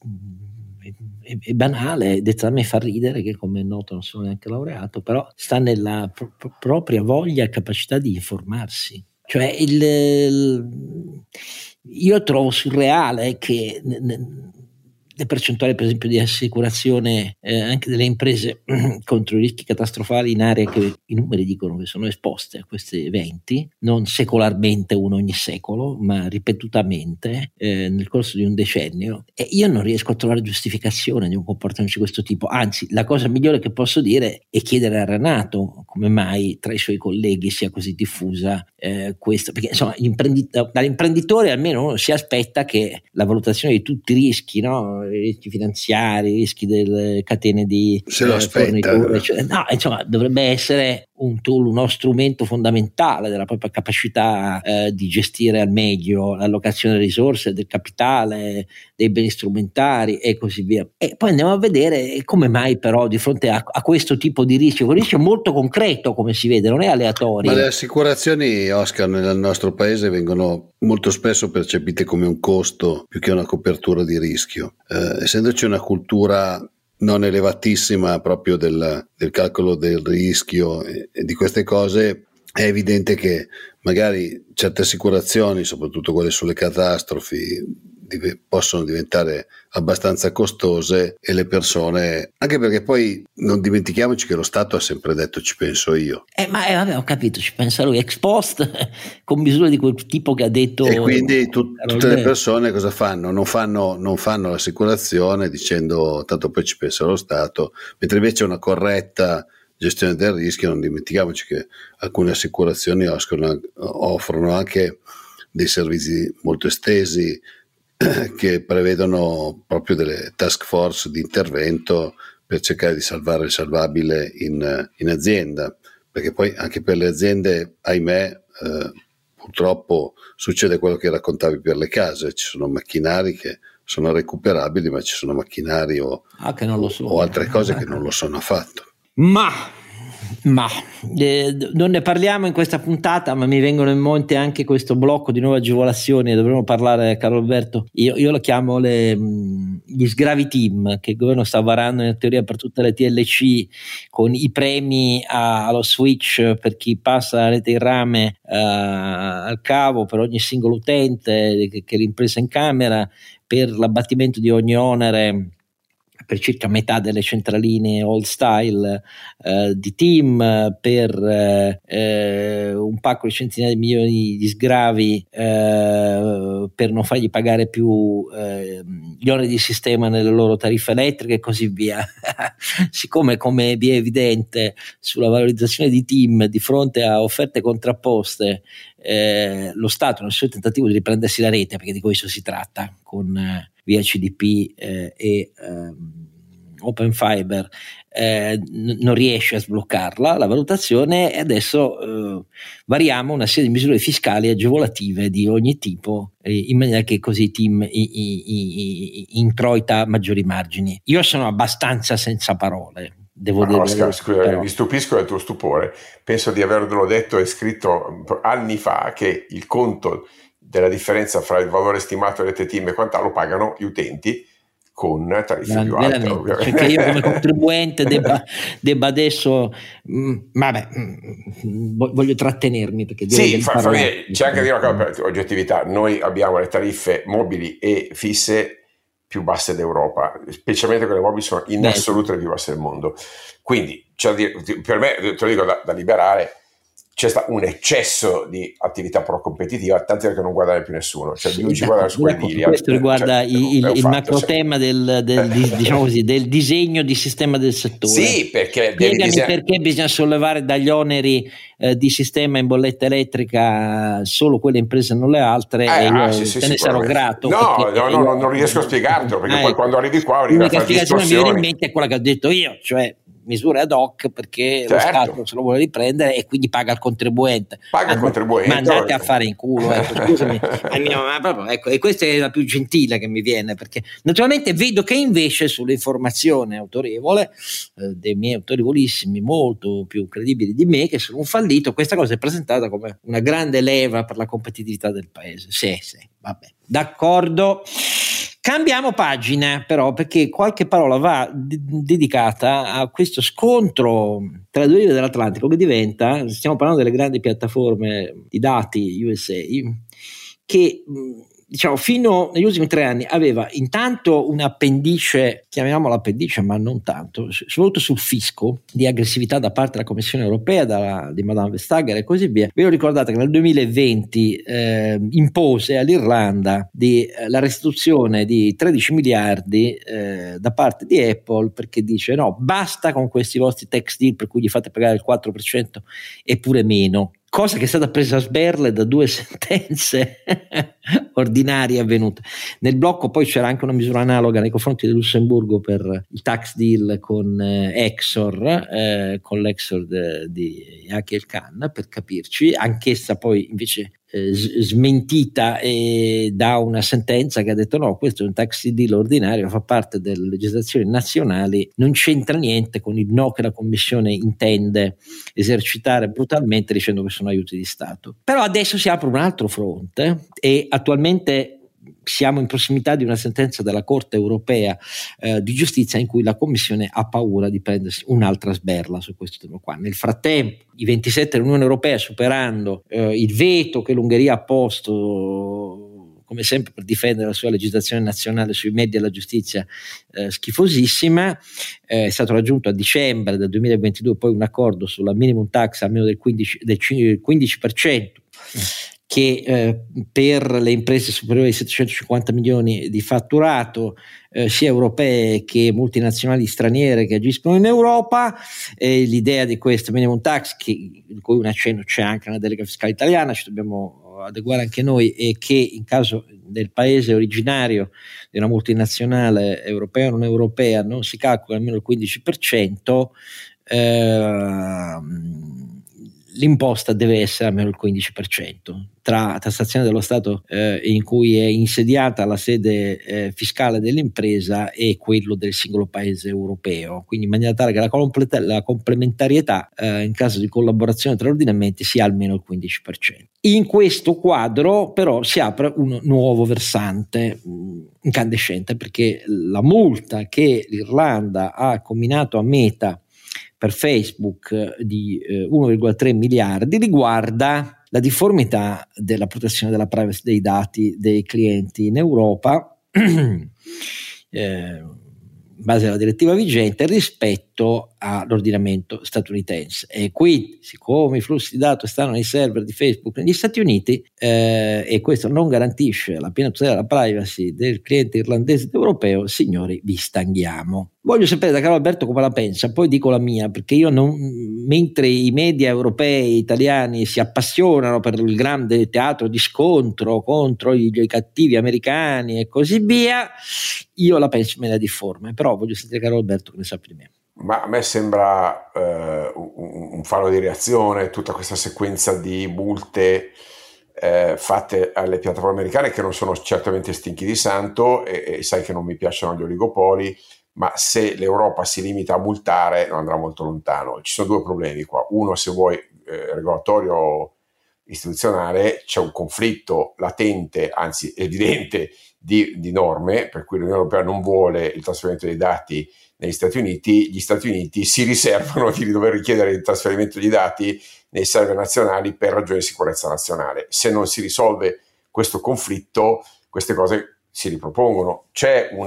è, è banale, detta da me fa ridere, che come è noto non sono neanche laureato, però sta nella pro- propria voglia e capacità di informarsi. Cioè il, il, io trovo surreale che n- n- le percentuali per esempio di assicurazione eh, anche delle imprese contro i rischi catastrofali in aree che i numeri dicono che sono esposte a questi eventi, non secolarmente uno ogni secolo, ma ripetutamente eh, nel corso di un decennio, e io non riesco a trovare giustificazione di un comportamento di questo tipo. Anzi, la cosa migliore che posso dire è chiedere a Renato come mai tra i suoi colleghi sia così diffusa eh, questa, perché insomma dall'imprenditore almeno uno si aspetta che la valutazione di tutti i rischi, no? I rischi finanziari, i rischi delle catene di se lo eh, aspetta fornitura, cioè, no, insomma dovrebbe essere un tool, uno strumento fondamentale della propria capacità eh, di gestire al meglio l'allocazione delle risorse, del capitale, dei beni strumentari e così via. E poi andiamo a vedere come mai però di fronte a, a questo tipo di rischio, un rischio molto concreto come si vede, non è aleatorio. Ma le assicurazioni, Oscar, nel nostro paese vengono molto spesso percepite come un costo più che una copertura di rischio, eh, essendoci una cultura non elevatissima proprio del, del calcolo del rischio e, e di queste cose. È evidente che magari certe assicurazioni, soprattutto quelle sulle catastrofi, possono diventare abbastanza costose e le persone, anche perché poi non dimentichiamoci che lo Stato ha sempre detto ci penso io. Eh, ma eh, vabbè, ho capito, ci pensa lui ex post con misure di quel tipo che ha detto. E quindi tu, tutte le persone cosa fanno? Non fanno, non fanno l'assicurazione dicendo tanto poi ci pensa lo Stato, mentre invece una corretta gestione del rischio, non dimentichiamoci che alcune assicurazioni offrono, offrono anche dei servizi molto estesi che prevedono proprio delle task force di intervento per cercare di salvare il salvabile in, in azienda, perché poi anche per le aziende, ahimè, eh, purtroppo succede quello che raccontavi per le case, ci sono macchinari che sono recuperabili, ma ci sono macchinari o, ah, che non lo so. o altre cose che non lo sono affatto. Ma Ma eh, non ne parliamo in questa puntata, ma mi vengono in mente anche questo blocco di nuove agevolazioni. Dovremmo parlare, Carlo Alberto. Io, io lo chiamo le, gli sgravi team che il governo sta varando in teoria per tutte le T L C, con i premi a, allo switch per chi passa la rete in rame uh, al cavo per ogni singolo utente che, che l'impresa in camera, per l'abbattimento di ogni onere per circa metà delle centraline old style eh, di team, per eh, un pacco di centinaia di milioni di sgravi eh, per non fargli pagare più eh, gli oneri di sistema nelle loro tariffe elettriche e così via. Siccome, come vi è evidente, sulla valorizzazione di team di fronte a offerte contrapposte eh, lo Stato nel suo tentativo di riprendersi la rete, perché di questo si tratta con eh, via C D P eh, e ehm, Open Fiber, eh, n- non riesce a sbloccarla la valutazione, e adesso eh, variamo una serie di misure fiscali agevolative di ogni tipo eh, in maniera che così i team i- i- i- introita maggiori margini. Io sono abbastanza senza parole. Devo dire, Oscar, scusa, mi stupisco del tuo stupore. Penso di averlo detto e scritto anni fa che il conto della differenza fra il valore stimato delle team e quant'altro lo pagano gli utenti con tariffe più alte, ovviamente. Cioè che io come contribuente debba, debba adesso mh, vabbè mh, voglio trattenermi perché sì, fa, fa, c'è anche da dire una cosa per oggettività. Noi abbiamo le tariffe mobili e fisse più basse d'Europa, specialmente quelle mobili sono in assoluto le più basse del mondo, quindi cioè, per me, te lo dico da, da liberare, c'è stato un eccesso di attività pro competitiva, tanto che non guardare più nessuno, cioè lui ci guarda su quei deal. Questo riguarda cioè, il, il, il macro cioè. tema del, del, diciamo così, del disegno di sistema del settore. Sì, perché spiegami disegn- perché bisogna sollevare dagli oneri eh, di sistema in bolletta elettrica solo quelle imprese e non le altre, eh, e io ah, sì, sì, te ne sarò grato. No, no, no, io, no, non riesco a spiegartelo, perché eh, poi quando arrivi qua arrivi l'unica a fare spiegazione che mi viene in distorsioni. mente è quella che ho detto io, cioè misure ad hoc perché certo. lo Stato se lo vuole riprendere e quindi paga il contribuente. Paga il contribuente. Ma andate a fare in culo, ecco, scusami. ma proprio, ecco, e questa è la più gentile che mi viene, perché naturalmente vedo che invece sull'informazione autorevole eh, dei miei autorevolissimi, molto più credibili di me, che sono un fallito, questa cosa è presentata come una grande leva per la competitività del paese. Sì, sì, vabbè, d'accordo. Cambiamo pagina però, perché qualche parola va d- dedicata a questo scontro tra le due rive dell'Atlantico che diventa, stiamo parlando delle grandi piattaforme di dati U S A, che diciamo fino negli ultimi tre anni aveva intanto un appendice, chiamiamola appendice ma non tanto, soprattutto sul fisco, di aggressività da parte della Commissione Europea, da, di Madame Vestager e così via. Vi ricordate che nel duemilaventi eh, impose all'Irlanda di, eh, la restituzione di tredici miliardi eh, da parte di Apple, perché dice no, basta con questi vostri tax deal per cui gli fate pagare il quattro per cento e pure meno cosa che è stata presa a sberle da due sentenze ordinarie avvenute. Nel blocco poi c'era anche una misura analoga nei confronti del Lussemburgo per il tax deal con eh, Exor, eh, con l'Exor de, di Yakel Khan, per capirci, anch'essa poi invece eh, smentita eh, da una sentenza che ha detto no, questo è un tax deal ordinario, fa parte delle legislazioni nazionali, non c'entra niente con il no che la Commissione intende esercitare brutalmente dicendo che sono aiuti di Stato. Però adesso si apre un altro fronte e attualmente siamo in prossimità di una sentenza della Corte europea eh, di giustizia in cui la Commissione ha paura di prendersi un'altra sberla su questo tema qua. Nel frattempo i ventisette dell'Unione Europea, superando eh, il veto che l'Ungheria ha posto come sempre per difendere la sua legislazione nazionale sui media e la giustizia eh, schifosissima, eh, è stato raggiunto a dicembre del duemilaventidue poi un accordo sulla minimum tax almeno del quindici, del quindici per cento che eh, per le imprese superiori ai settecentocinquanta milioni di fatturato, eh, sia europee che multinazionali straniere che agiscono in Europa. Eh, l'idea di questo minimum tax, che, di cui un accenno c'è anche nella delega fiscale italiana, ci dobbiamo adeguare anche noi, e che in caso del paese originario di una multinazionale europea o non europea non si calcola almeno il quindici per cento, eh, l'imposta deve essere almeno il quindici per cento tra tassazione dello Stato eh, in cui è insediata la sede eh, fiscale dell'impresa e quello del singolo paese europeo, quindi in maniera tale che la, completa, la complementarietà eh, in caso di collaborazione tra ordinamenti sia almeno il quindici per cento. In questo quadro però si apre un nuovo versante mh, incandescente, perché la multa che l'Irlanda ha comminato a Meta per Facebook di eh, uno virgola tre miliardi riguarda la difformità della protezione della privacy dei dati dei clienti in Europa eh, in base alla direttiva vigente rispetto all'ordinamento statunitense. E qui, siccome i flussi di dati stanno nei server di Facebook negli Stati Uniti eh, e questo non garantisce la piena tutela della privacy del cliente irlandese ed europeo, signori, vi stanghiamo. Voglio sapere da Carlo Alberto come la pensa, poi dico la mia, perché io non, mentre i media europei e italiani si appassionano per il grande teatro di scontro contro i, i cattivi americani e così via, io la penso in maniera difforme, però voglio sentire Carlo Alberto che ne sa più di me. Ma a me sembra eh, un, un fallo di reazione tutta questa sequenza di multe eh, fatte alle piattaforme americane, che non sono certamente stinchi di santo, e, e sai che non mi piacciono gli oligopoli, ma se l'Europa si limita a multare non andrà molto lontano. Ci sono due problemi qua: uno, se vuoi, eh, regolatorio istituzionale, c'è un conflitto latente, anzi evidente, di, di norme, per cui l'Unione Europea non vuole il trasferimento dei dati negli Stati Uniti, gli Stati Uniti si riservano di dover richiedere il trasferimento di dati nei server nazionali per ragioni di sicurezza nazionale. Se non si risolve questo conflitto, queste cose si ripropongono. C'è un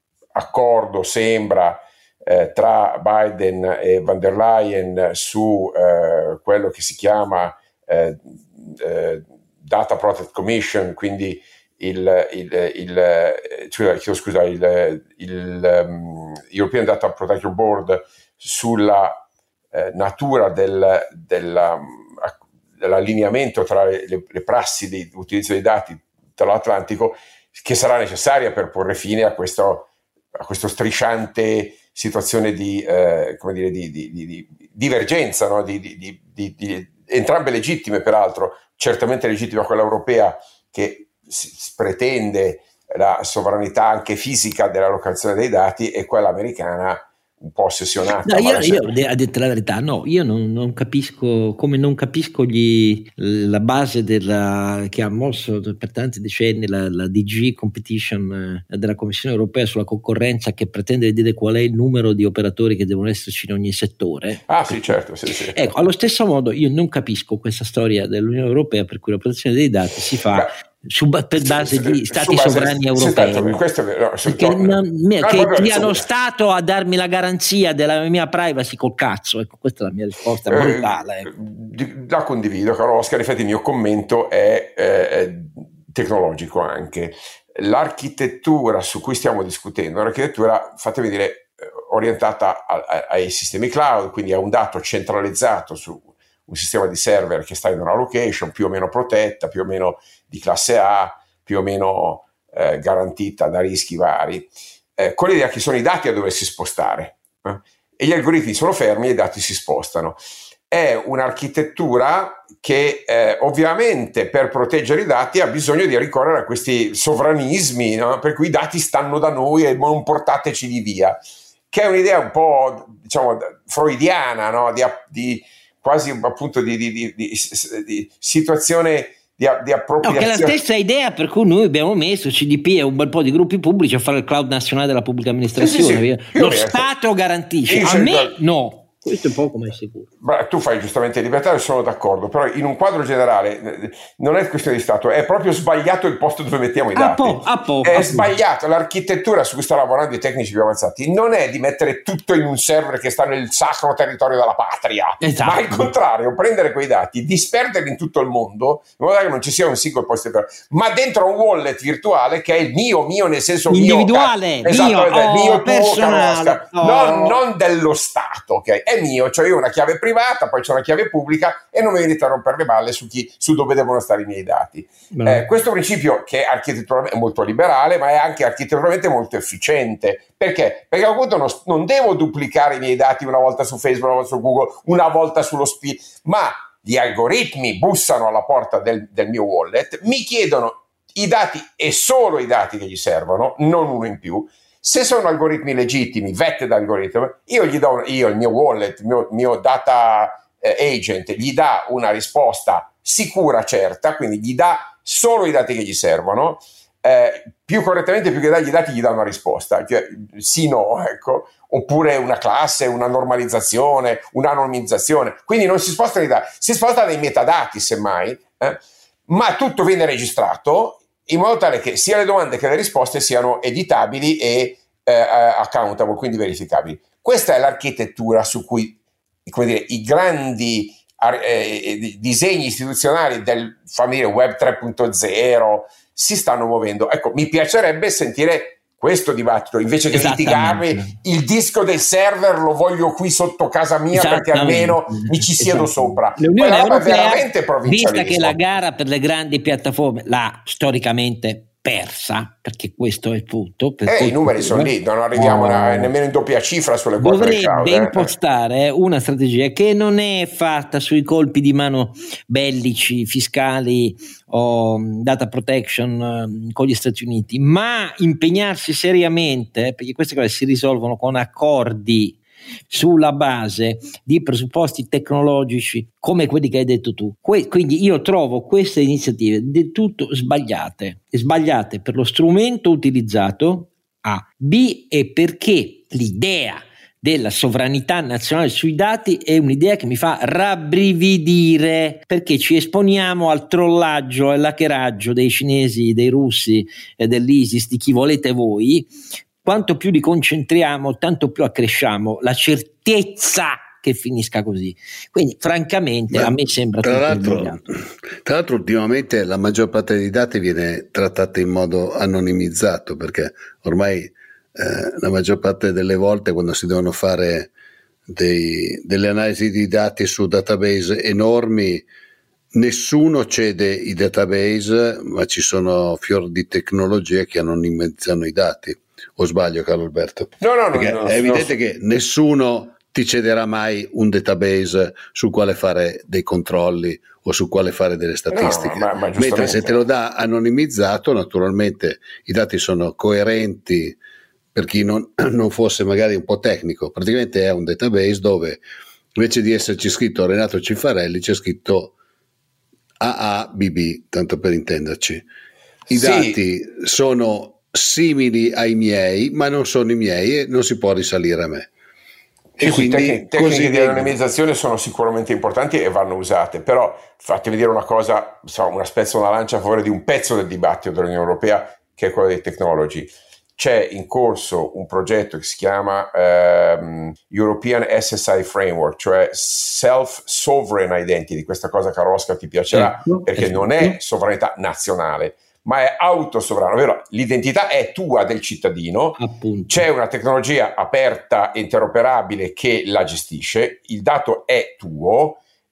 accordo, sembra, eh, tra Biden e van der Leyen su eh, quello che si chiama eh, eh, Data Protect Commission, quindi il, il, il, cioè, scusa, il, il um, European Data Protection Board, sulla eh, natura del, della, dell'allineamento tra le, le prassi di utilizzo dei dati tra l'Atlantico, che sarà necessaria per porre fine a questo, a questo strisciante situazione di, eh, come dire, di, di, di, di divergenza, no? di, di, di, di, di, entrambe legittime, peraltro, certamente legittima quella europea, che si pretende la sovranità anche fisica dell'allocazione dei dati, e quella americana un po' ossessionata. No, io, io a dirti la verità, no, io non, non capisco, come non capisco gli, la base della, che ha mosso per tanti decenni la, la D G Competition eh, della Commissione Europea sulla concorrenza, che pretende di dire qual è il numero di operatori che devono esserci in ogni settore. Ah sì, certo, sì, sì. Ecco, allo stesso modo io non capisco questa storia dell'Unione Europea per cui la protezione dei dati si fa Beh. Su, per base di stati base, sovrani europei, stato, questo, no, perché non, no, che diano Stato a darmi la garanzia della mia privacy col cazzo. Ecco, questa è la mia risposta brutale. Eh, ecco. La condivido, caro Oscar. Infatti il mio commento è, è, è tecnologico anche. L'architettura su cui stiamo discutendo, un'architettura, fatemi dire, orientata a, a, ai sistemi cloud, quindi a un dato centralizzato su un sistema di server che sta in una location più o meno protetta, più o meno di classe A, più o meno eh, garantita da rischi vari, eh, con l'idea che sono i dati a doversi spostare, eh? E gli algoritmi sono fermi e i dati si spostano. È un'architettura che eh, ovviamente per proteggere i dati ha bisogno di ricorrere a questi sovranismi, no? Per cui i dati stanno da noi e non portateci di via, che è un'idea un po', diciamo, freudiana, no? di, di quasi appunto di, di, di, di, di situazione di, di appropriazione. No, che è la stessa idea per cui noi abbiamo messo C D P e un bel po' di gruppi pubblici a fare il cloud nazionale della pubblica amministrazione. Sì, sì, sì. Lo Stato garantisce, a me no. Questo è poco ma è sicuro. Beh, tu fai giustamente libertario, sono d'accordo, però in un quadro generale non è questione di Stato, è proprio sbagliato il posto dove mettiamo i dati. A po', a po', è a sbagliato, po'. L'architettura su cui stanno lavorando i tecnici più avanzati non è di mettere tutto in un server che sta nel sacro territorio della patria, esatto. Ma al contrario, prendere quei dati, disperderli in tutto il mondo, in modo che non ci sia un singolo posto, ma dentro un wallet virtuale che è il mio, mio nel senso individuale, mio, esatto, mio, oh, mio personale, tuo, oh. non, non dello Stato, ok? È mio, cioè io ho una chiave privata, poi c'è una chiave pubblica e non mi venite a rompere le balle su, chi, su dove devono stare i miei dati. Eh, questo principio, che è architetturalmente è molto liberale, ma è anche architetturalmente molto efficiente. Perché? Perché appunto non, non devo duplicare i miei dati una volta su Facebook, una volta su Google, una volta sullo S P I, ma gli algoritmi bussano alla porta del, del mio wallet, mi chiedono i dati e solo i dati che gli servono, non uno in più. Se sono algoritmi legittimi, vette da algoritmi, io gli do, io il mio wallet, il mio, mio data eh, agent, gli dà una risposta sicura, certa, quindi gli dà solo i dati che gli servono, eh, più correttamente più che dargli i dati gli dà una risposta, cioè sì, no, ecco, oppure una classe, una normalizzazione, un'anonimizzazione, quindi non si spostano i dati, si spostano i metadati semmai, eh, ma tutto viene registrato in modo tale che sia le domande che le risposte siano editabili e eh, accountable, quindi verificabili. Questa è l'architettura su cui, come dire, i grandi eh, disegni istituzionali del famiglia web tre punto zero si stanno muovendo. Ecco, mi piacerebbe sentire questo dibattito, invece che litigarmi il disco del server lo voglio qui sotto casa mia perché almeno mi ci siedo sopra. L'Unione Europea, vista che la gara per le grandi piattaforme l'ha storicamente persa, perché questo è il punto. Per eh, i numeri sono lì, non arriviamo oh. a, nemmeno in doppia cifra sulle quattro dovrebbe cloud, impostare eh. una strategia che non è fatta sui colpi di mano bellici, fiscali o data protection con gli Stati Uniti, ma impegnarsi seriamente, perché queste cose si risolvono con accordi sulla base di presupposti tecnologici come quelli che hai detto tu. Que- quindi io trovo queste iniziative del tutto sbagliate, sbagliate per lo strumento utilizzato, A, B, e perché l'idea della sovranità nazionale sui dati è un'idea che mi fa rabbrividire, perché ci esponiamo al trollaggio e all'hackeraggio dei cinesi, dei russi e dell'ISIS, di chi volete voi. Quanto più li concentriamo, tanto più accresciamo la certezza che finisca così. Quindi, francamente, Beh, a me sembra tra l'altro, tra l'altro, ultimamente la maggior parte dei dati viene trattata in modo anonimizzato, perché ormai eh, la maggior parte delle volte, quando si devono fare dei, delle analisi di dati su database enormi, nessuno cede i database, ma ci sono fior di tecnologie che anonimizzano i dati. O sbaglio, Carlo Alberto? No, no, Perché no, no, è evidente no. che nessuno ti cederà mai un database sul quale fare dei controlli o su quale fare delle statistiche. No, ma, ma mentre se te lo dà anonimizzato, naturalmente i dati sono coerenti. Per chi non, non fosse magari un po' tecnico, praticamente è un database dove invece di esserci scritto Renato Cifarelli c'è scritto A A B B, tanto per intenderci. I sì. dati sono simili ai miei, ma non sono i miei e non si può risalire a me. E sì, quindi tec- tecniche di anonimizzazione sono sicuramente importanti e vanno usate, però fatemi dire una cosa, insomma, una spezzo una lancia a favore di un pezzo del dibattito dell'Unione Europea, che è quello dei technology. C'è in corso un progetto che si chiama um, European S S I Framework, cioè Self Sovereign Identity. Questa cosa, caro Oscar, ti piacerà, ecco, perché ecco. non è sovranità nazionale, ma è autosovrano, ovvero l'identità è tua del cittadino. Appunto. C'è una tecnologia aperta e interoperabile che la gestisce, il dato è tuo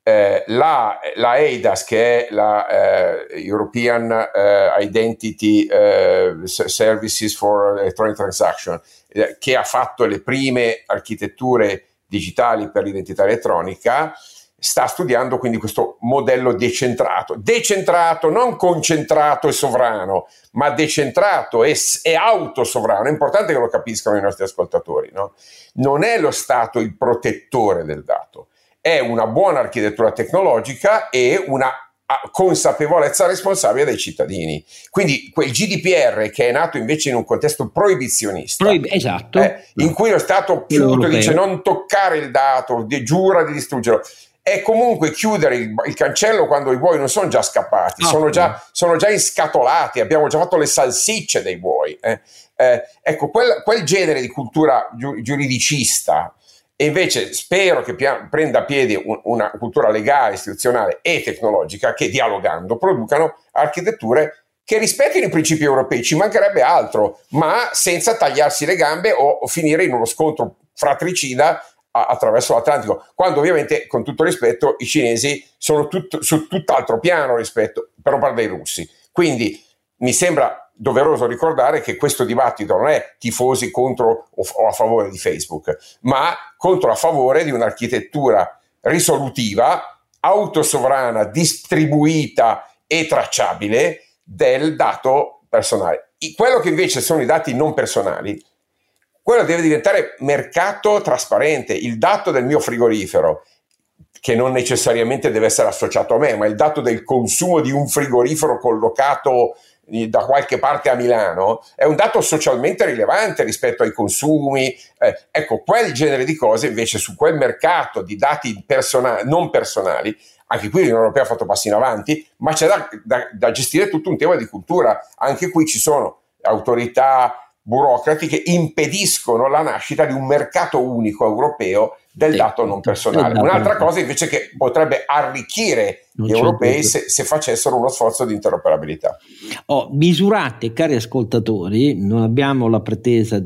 eh, la, la E I D A S, che è la eh, European eh, Identity eh, Services for Electronic Transaction, eh, che ha fatto le prime architetture digitali per l'identità elettronica, sta studiando quindi questo modello decentrato, decentrato, non concentrato e sovrano, ma decentrato e, e autosovrano. È importante che lo capiscano i nostri ascoltatori, no? Non è lo Stato il protettore del dato, è una buona architettura tecnologica e una consapevolezza responsabile dei cittadini. Quindi quel G D P R, che è nato invece in un contesto proibizionista, Proib- esatto, eh, in cui lo Stato chiude, dice non toccare il dato, di, giura di distruggerlo, è comunque chiudere il, il cancello quando i buoi non sono già scappati, oh, sono, già, sono già inscatolati, abbiamo già fatto le salsicce dei buoi. Eh. Eh, ecco, quel, quel genere di cultura giu- giuridicista. E invece spero che pia- prenda piede un, una cultura legale, istituzionale e tecnologica che, dialogando, producano architetture che rispettino i principi europei, ci mancherebbe altro, ma senza tagliarsi le gambe o, o finire in uno scontro fratricida a- attraverso l'Atlantico, quando ovviamente, con tutto rispetto, i cinesi sono tut- su tutt'altro piano rispetto, per non parlare dei russi. Quindi mi sembra doveroso ricordare che questo dibattito non è tifosi contro o a favore di Facebook, ma contro a favore di un'architettura risolutiva, autosovrana, distribuita e tracciabile del dato personale. Quello che invece sono i dati non personali, quello deve diventare mercato trasparente. Il dato del mio frigorifero, che non necessariamente deve essere associato a me, ma il dato del consumo di un frigorifero collocato da qualche parte a Milano, è un dato socialmente rilevante rispetto ai consumi. Eh, ecco, quel genere di cose invece su quel mercato di dati personali, non personali, anche qui l'Unione Europea ha fatto passi in avanti, ma c'è da, da, da gestire tutto un tema di cultura. Anche qui ci sono autorità burocrati che impediscono la nascita di un mercato unico europeo del sì, dato non personale. Dato Un'altra non cosa invece che potrebbe arricchire non gli europei se, se facessero uno sforzo di interoperabilità. Oh, misurate, cari ascoltatori, non abbiamo la pretesa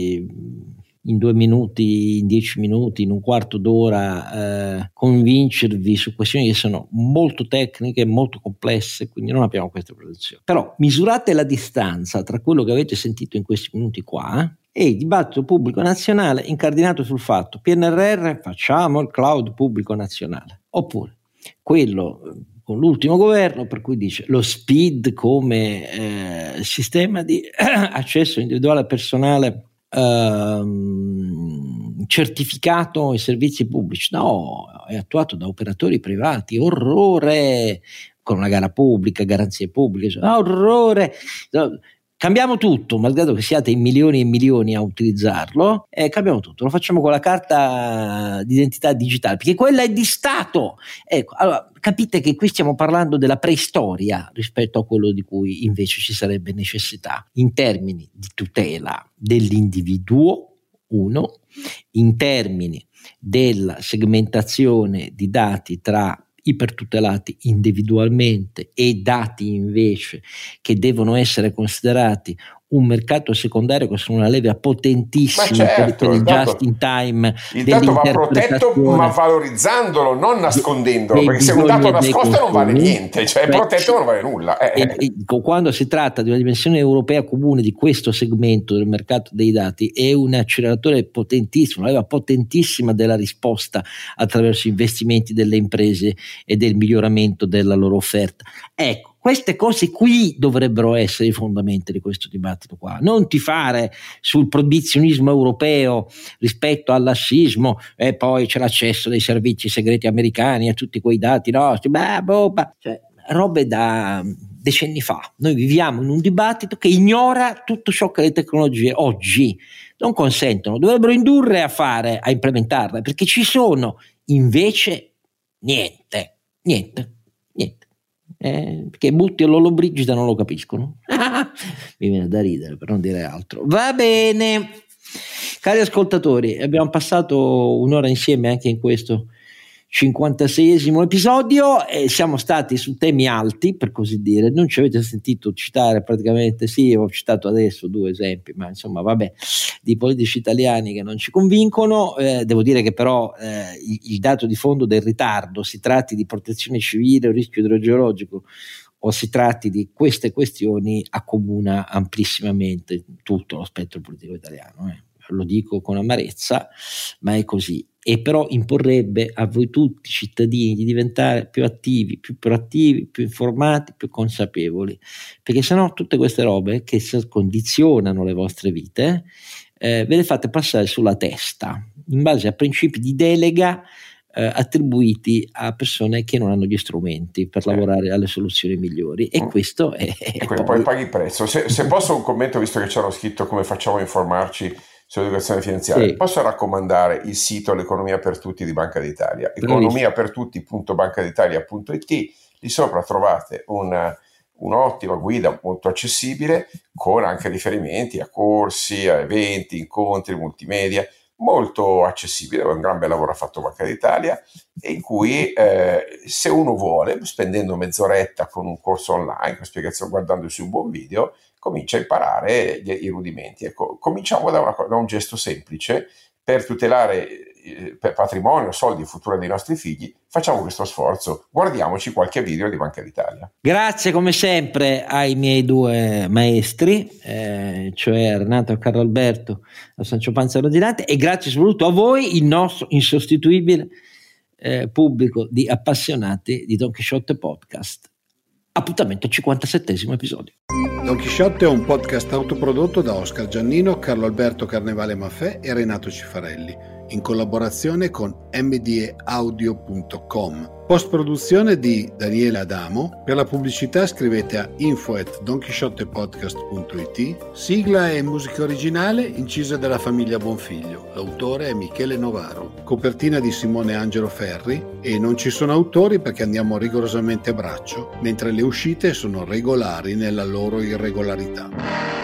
di in due minuti, in dieci minuti, in un quarto d'ora eh, convincervi su questioni che sono molto tecniche, molto complesse, quindi non abbiamo questa produzione. Però misurate la distanza tra quello che avete sentito in questi minuti qua e il dibattito pubblico nazionale incardinato sul fatto P N R R, facciamo il cloud pubblico nazionale, oppure quello con l'ultimo governo per cui dice lo S P I D come eh, sistema di accesso individuale personale Uh, certificato ai servizi pubblici. No, è attuato da operatori privati. Orrore, con una gara pubblica, garanzie pubbliche. Orrore. Cambiamo tutto, malgrado che siate in milioni e milioni a utilizzarlo, eh, cambiamo tutto, lo facciamo con la carta d'identità digitale, perché quella è di Stato. Ecco, allora capite che qui stiamo parlando della preistoria rispetto a quello di cui invece ci sarebbe necessità in termini di tutela dell'individuo, uno, in termini della segmentazione di dati tra ipertutelati individualmente e dati invece che devono essere considerati un mercato secondario, che sono una leva potentissima certo, per, per il, il dato, just in time. Il dato va protetto, ma valorizzandolo, non nascondendolo, perché se un dato nascosto non vale niente, cioè Beh, protetto non vale nulla. Eh. E, e, quando si tratta di una dimensione europea comune di questo segmento del mercato dei dati, è un acceleratore potentissimo, una leva potentissima della risposta attraverso investimenti delle imprese e del miglioramento della loro offerta. Ecco, queste cose qui dovrebbero essere i fondamenti di questo dibattito qua, non ti fare sul proibizionismo europeo rispetto al lassismo e poi c'è l'accesso dei servizi segreti americani a tutti quei dati nostri, beh, boh, beh. Cioè, robe da decenni fa. Noi viviamo in un dibattito che ignora tutto ciò che le tecnologie oggi non consentono, dovrebbero indurre a fare, a implementarle, perché ci sono invece niente, niente, niente. Eh, perché Butti e Lollobrigida non lo capiscono. Mi viene da ridere, per non dire altro. Va bene, cari ascoltatori, abbiamo passato un'ora insieme anche in questo cinquantaseiesimo episodio e siamo stati su temi alti, per così dire. Non ci avete sentito citare praticamente, sì, ho citato adesso due esempi, ma insomma vabbè, di politici italiani che non ci convincono. Eh, devo dire che però eh, il, il dato di fondo del ritardo, si tratti di protezione civile o rischio idrogeologico o si tratti di queste questioni, accomuna amplissimamente tutto lo spettro politico italiano. Eh. Lo dico con amarezza, ma è così. E però imporrebbe a voi tutti cittadini di diventare più attivi, più proattivi, più informati, più consapevoli, perché sennò tutte queste robe che condizionano le vostre vite eh, ve le fate passare sulla testa in base a principi di delega eh, attribuiti a persone che non hanno gli strumenti per lavorare alle soluzioni migliori, e questo è, è e poi, poi paghi il prezzo. Se, se posso un commento, visto che c'era scritto come facciamo a informarci sull'educazione finanziaria, sì. Posso raccomandare il sito L'Economia per Tutti di Banca d'Italia, economia per tutti punto banca d'italia punto it. Lì sopra trovate una, un'ottima guida molto accessibile, con anche riferimenti a corsi, a eventi, incontri, multimedia, molto accessibile. Un gran bel lavoro ha fatto Banca d'Italia, e in cui eh, se uno vuole, spendendo mezz'oretta con un corso online, con spiegazione, guardandosi un buon video, comincia a imparare gli, i rudimenti. Ecco, cominciamo da, una, da un gesto semplice per tutelare eh, per patrimonio, soldi e futuro dei nostri figli. Facciamo questo sforzo, guardiamoci qualche video di Banca d'Italia. Grazie come sempre ai miei due maestri, eh, cioè Renato Carlo Alberto da Sancio Panza Rodinante, e grazie soprattutto a voi, il nostro insostituibile eh, pubblico di appassionati di Don Chisciotte Podcast. Appuntamento al cinquantasettesimo episodio. Don Chisciotte è un podcast autoprodotto da Oscar Giannino, Carlo Alberto Carnevale Maffè e Renato Cifarelli, in collaborazione con m d e audio punto com. Post produzione di Daniele Adamo. Per la pubblicità scrivete a info at donchisciottepodcast punto it. Sigla e musica originale incise dalla famiglia Bonfiglio. L'autore è Michele Novaro. Copertina di Simone Angelo Ferri, e non ci sono autori perché andiamo rigorosamente a braccio, mentre le uscite sono regolari nella loro irregolarità.